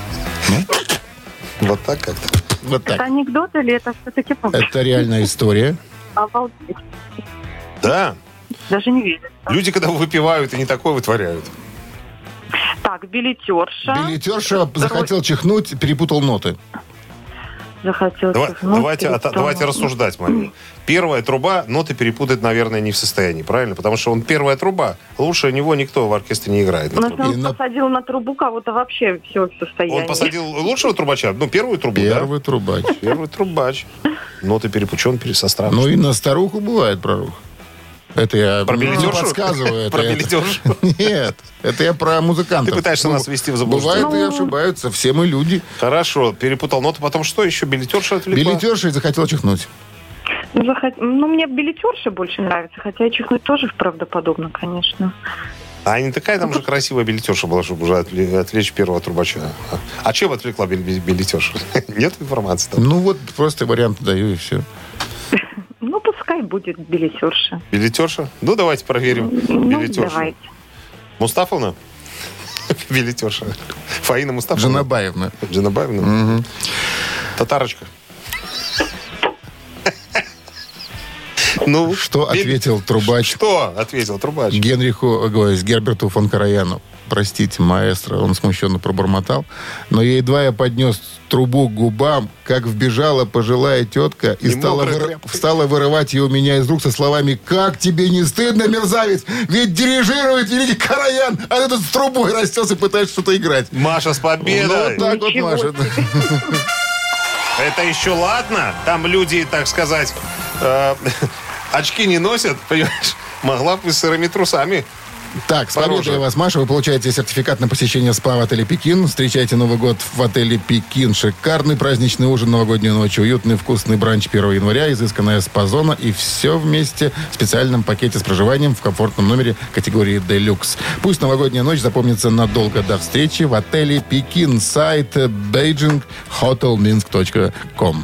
Вот так как-то.
Вот
Это
так.
анекдот или это все-таки правда?
Это реальная история.
Обалдеть.
Да.
Даже не верю.
Люди, когда выпивают, и не такое вытворяют.
Так, билетерша.
Билетерша захотел чихнуть, перепутал ноты.
Захотел
Давай-
чихнуть,
давайте, а-
перестал.
давайте рассуждать, Мария. Первая труба ноты перепутать, наверное, не в состоянии, правильно? Потому что он первая труба. Лучше него никто в оркестре не играет. на
Но
трубе.
если он
И на-
посадил на трубу кого-то вообще все в состоянии.
Он посадил лучшего трубача? Ну, первую трубу,
Первый трубач.
да? Первый трубач. Ноты перепутал, он со страхом.
Ну и на старуху бывает пророк. Это я
Про
не
билетершу?
подсказываю.
Про
это-
билетершу?
Нет, это я про музыкантов.
Ты пытаешься
Ну,
нас ввести в заблуждение.
Бывает и ошибаются. Все мы люди.
Хорошо, перепутал ноты. Потом что еще? Билетерша отвлекла?
Билетерша захотела чихнуть.
Ну, захот- ну, мне билетерша больше нравится, хотя и чихнуть тоже правдоподобно, конечно.
А не такая там же красивая билетерша была, чтобы уже отвле- отвлечь первого трубача. А, а чем отвлекла бил- бил- билетерша? Нет информации там?
Ну вот просто варианты даю и все.
Ну, пускай будет билетерша.
Билетерша? Ну, давайте проверим.
Ну,
Билетерша.
давайте.
Мустафовна? Билетерша. Фаина Мустафовна?
Жанабаевна.
Джанабаевна? Татарочка. Ну,
Что
били-
ответил трубач
Что ответил трубач?
Генриху, ой, Герберту фон Караяну? Простите, маэстро, он смущенно пробормотал. Но едва я поднес трубу к губам, как вбежала пожилая тетка и,
И
стала,
мокрой
выр-
тряпкой.
стала вырывать ее у меня из рук со словами: «Как тебе не стыдно, мерзавец? Ведь дирижирует великий Караян, а ты тут с трубой растес и пытаешься что-то играть».
Маша, с
Ну,
победой!
вот так вот,
Ничего
Маша.
Это еще ладно. Там люди, так сказать, э, очки не носят, понимаешь? Могла бы с сырыми трусами.
Так, с
Пороже.
победой вас, Маша. Вы получаете сертификат на посещение СПА в отеле «Пекин». Встречайте Новый год в отеле «Пекин». Шикарный праздничный ужин, новогоднюю ночь, уютный вкусный бранч первого января, изысканная спа-зона и все вместе в специальном пакете с проживанием в комфортном номере категории «Делюкс». Пусть новогодняя ночь запомнится надолго. До встречи в отеле «Пекин». Сайт бейджинг хотел минск точка ком.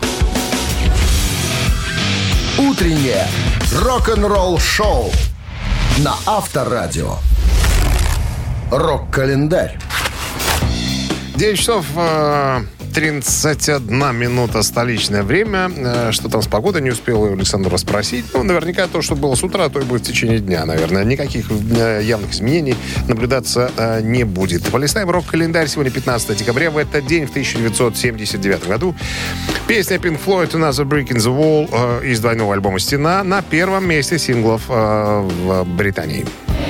Утреннее рок-н-ролл-шоу на Авторадио. Рок-календарь.
девять часов э, тридцать одна минута столичное время. Э, что там с погодой, не успел у Александра спросить. Ну, наверняка то, что было с утра, то и будет в течение дня, наверное. Никаких э, явных изменений наблюдаться э, не будет. Полистаем рок-календарь. Сегодня пятнадцатое декабря. В этот день, в тысяча девятьсот семьдесят девятом году, песня Pink Floyd «Another Brick in the Wall» э, из двойного альбома «Стена» на первом месте синглов э, в Британии.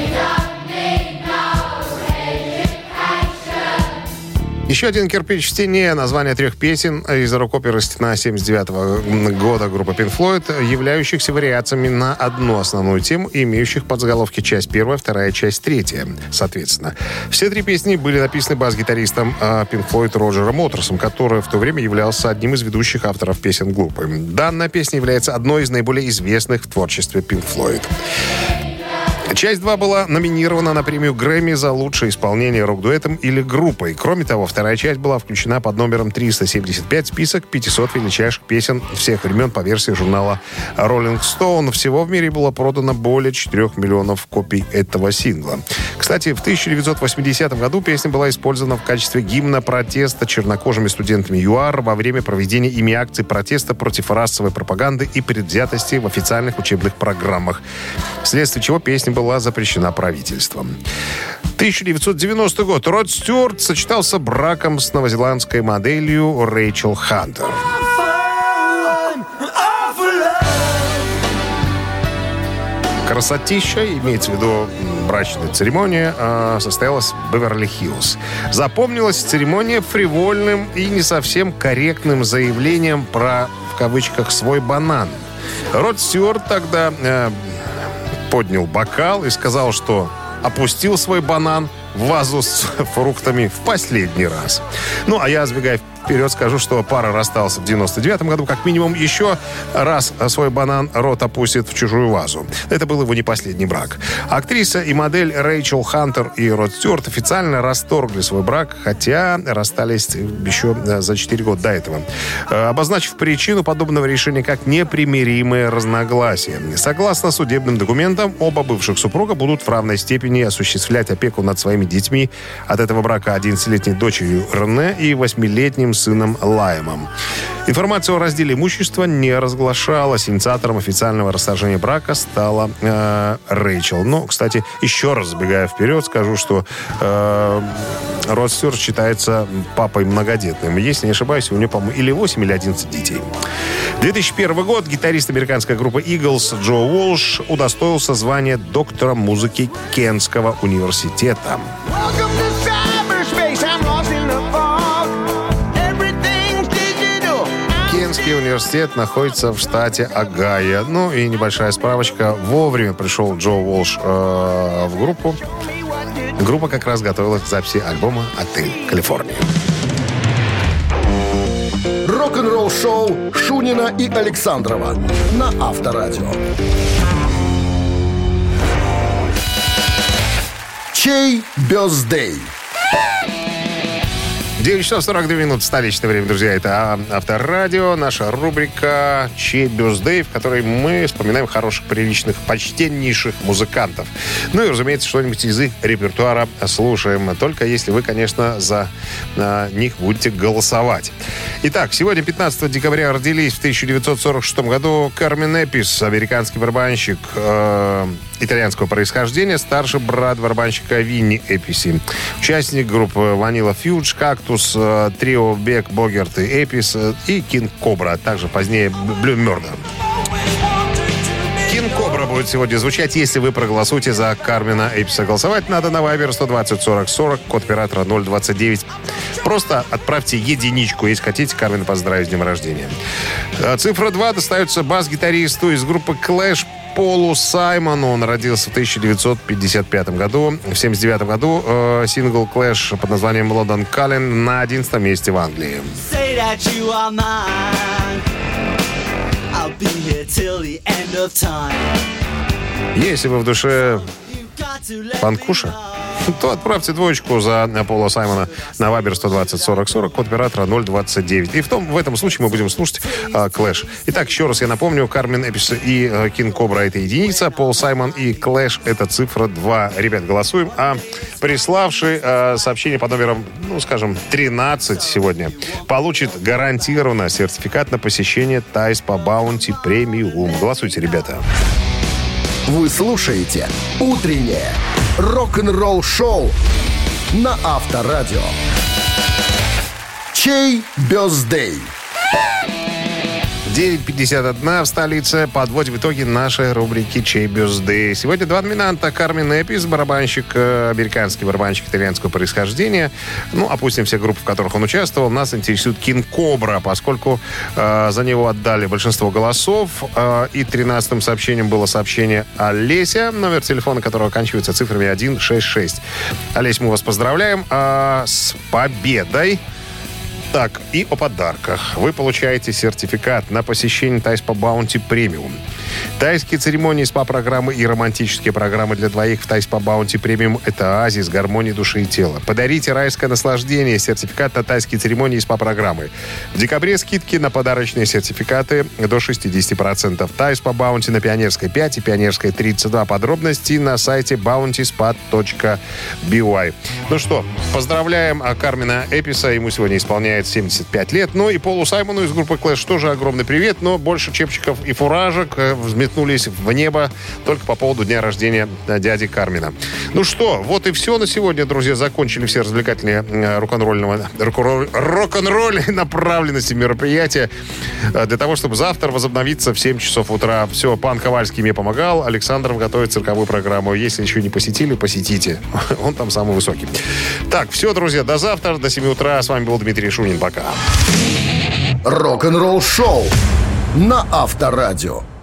Еще один кирпич в стене. Название трех песен из рок-оперы «Стена» семьдесят девятого года группы Pink Floyd, являющихся вариациями на одну основную тему, имеющих подзаголовки часть первая, вторая, часть третья, соответственно. Все три песни были написаны бас-гитаристом Pink Floyd Роджером Уотерсом, который в то время являлся одним из ведущих авторов песен группы. Данная песня является одной из наиболее известных в творчестве Pink Floyd. Часть два была номинирована на премию Грэмми за лучшее исполнение рок-дуэтом или группой. Кроме того, вторая часть была включена под номером триста семьдесят пять в список пятисот величайших песен всех времен по версии журнала Rolling Stone. Всего в мире было продано более четырех миллионов копий этого сингла. Кстати, в тысяча девятьсот восьмидесятом году песня была использована в качестве гимна протеста чернокожими студентами ЮАР во время проведения ими акций протеста против расовой пропаганды и предвзятости в официальных учебных программах, вследствие чего песня была запрещена правительством. тысяча девятьсот девяностый год. Род Стюарт сочетался браком с новозеландской моделью Рэйчел Хантер. Красотища, имеется в виду брачная церемония, э, состоялась в Беверли-Хиллз. Запомнилась церемония фривольным и не совсем корректным заявлением про, в кавычках, свой банан. Род Стюарт тогда... Э, поднял бокал и сказал, что опустил свой банан в вазу с фруктами в последний раз. Ну, а я, сбегая вперед, скажу, что пара расстался в девяносто девятом году. Как минимум еще раз свой банан рот опустит в чужую вазу. Это был его не последний брак. Актриса и модель Рэйчел Хантер и Род Стюарт официально расторгли свой брак, хотя расстались еще за четыре года до этого, обозначив причину подобного решения как непримиримое разногласие. Согласно судебным документам, оба бывших супруга будут в равной степени осуществлять опеку над своими детьми. От этого брака одиннадцатилетней дочерью Рене и восьмилетним сыном Лаймом. Информация о разделе имущества не разглашалась. Инициатором официального расторжения брака стала э, Рэйчел. Но, кстати, еще раз забегая вперед, скажу, что э, Род Стюарт считается папой многодетным. Если не ошибаюсь, у него, по-моему, или восемь, или одиннадцать детей. две тысячи первый год. Гитарист американской группы Eagles Джо Уолш удостоился звания доктора музыки Кентского университета. Кентский университет находится в штате Огайо. Ну и небольшая справочка. Вовремя пришел Джо Уолш э, в группу. Группа как раз готовилась к записи альбома «Отель Калифорния».
Рок-н-ролл шоу Шунина и Александрова на Авторадио. Чей бёздей?
девять часов сорок две минуты столичное время, друзья. Это Авторадио, наша рубрика «Чей бёздей», в которой мы вспоминаем хороших, приличных, почтеннейших музыкантов. Ну и, разумеется, что-нибудь из их репертуара слушаем. Только если вы, конечно, за а, них будете голосовать. Итак, сегодня, пятнадцатого декабря, родились в тысяча девятьсот сорок шестом году Кармен Эпис, американский барабанщик э, итальянского происхождения, старший брат барабанщика Винни Эписи. Участник группы Vanilla Fudge, Кактус, трио Бек, Богерт и Эпис и Кинг Кобра, а также позднее Блю Мёрда. Кинг Кобра будет сегодня звучать, если вы проголосуете за Кармена Эписа. Голосовать надо на Viber сто двадцать сорок сорок, код оператора ноль двадцать девять. Просто отправьте единичку, если хотите Кармена поздравить с днем рождения. Цифра два достается бас-гитаристу из группы Clash Полу Саймону. Он родился в тысяча девятьсот пятьдесят пятом году. В семьдесят девятом году э, сингл Clash под названием «London Calling» на одиннадцатом месте в Англии. Если вы в душе панкуша, то отправьте двоечку за Пола Саймона на Viber сто двадцать сорок сорок, код оператора ноль двадцать девять. И в, том, в этом случае мы будем слушать Клэш. Итак, еще раз я напомню, Кармен Эпис и Кинг Кобра — это единица, Пол Саймон и Клэш — это цифра два. Ребят, голосуем. А приславший э, сообщение по номерам, ну, скажем, тринадцать сегодня, получит гарантированно сертификат на посещение Тайс по Баунти Премиум. Голосуйте, ребята.
Вы слушаете «Утреннее рок-н-ролл-шоу» на Авторадио. Чей бёздей?
девять пятьдесят один в столице. Подводим итоги нашей рубрики «Чей бёздей». Сегодня два номинанта. Кармен Эпис, барабанщик, американский барабанщик итальянского происхождения. Ну, опустим все группы, в которых он участвовал. Нас интересует Кинг Кобра, поскольку э, за него отдали большинство голосов. Э, и тринадцатым сообщением было сообщение Олеся, номер телефона которого оканчивается цифрами сто шестьдесят шесть. Олесь, мы вас поздравляем э, с победой. Так, и о подарках. Вы получаете сертификат на посещение Тайс по Баунти Премиум. Тайские церемонии, СПА-программы и романтические программы для двоих в Тайс по Баунти Премиум – это оазис гармонии души и тела. Подарите райское наслаждение. Сертификат на тайские церемонии и СПА-программы. В декабре скидки на подарочные сертификаты до шестьдесят процентов. Тайс по Баунти на Пионерской пять и Пионерской тридцать два. Подробности на сайте баунти спа точка би уай. Ну что, поздравляем Кармена Эписа. Ему сегодня исполняется семьдесят пять лет. Ну и Полу Саймону из группы Clash тоже огромный привет, но больше чепчиков и фуражек взметнулись в небо только по поводу дня рождения дяди Кармена. Ну что, вот и все на сегодня, друзья. Закончили все развлекательные рок-н-ролльного, рок-н-ролльной направленности мероприятия для того, чтобы завтра возобновиться в семь часов утра. Все, пан Ковальский мне помогал. Александров готовит цирковую программу. Если еще не посетили, посетите. Он там самый высокий. Так, все, друзья, до завтра, до семи утра. С вами был Дмитрий Шунин. Пока.
Рок-н-ролл шоу на Авторадио.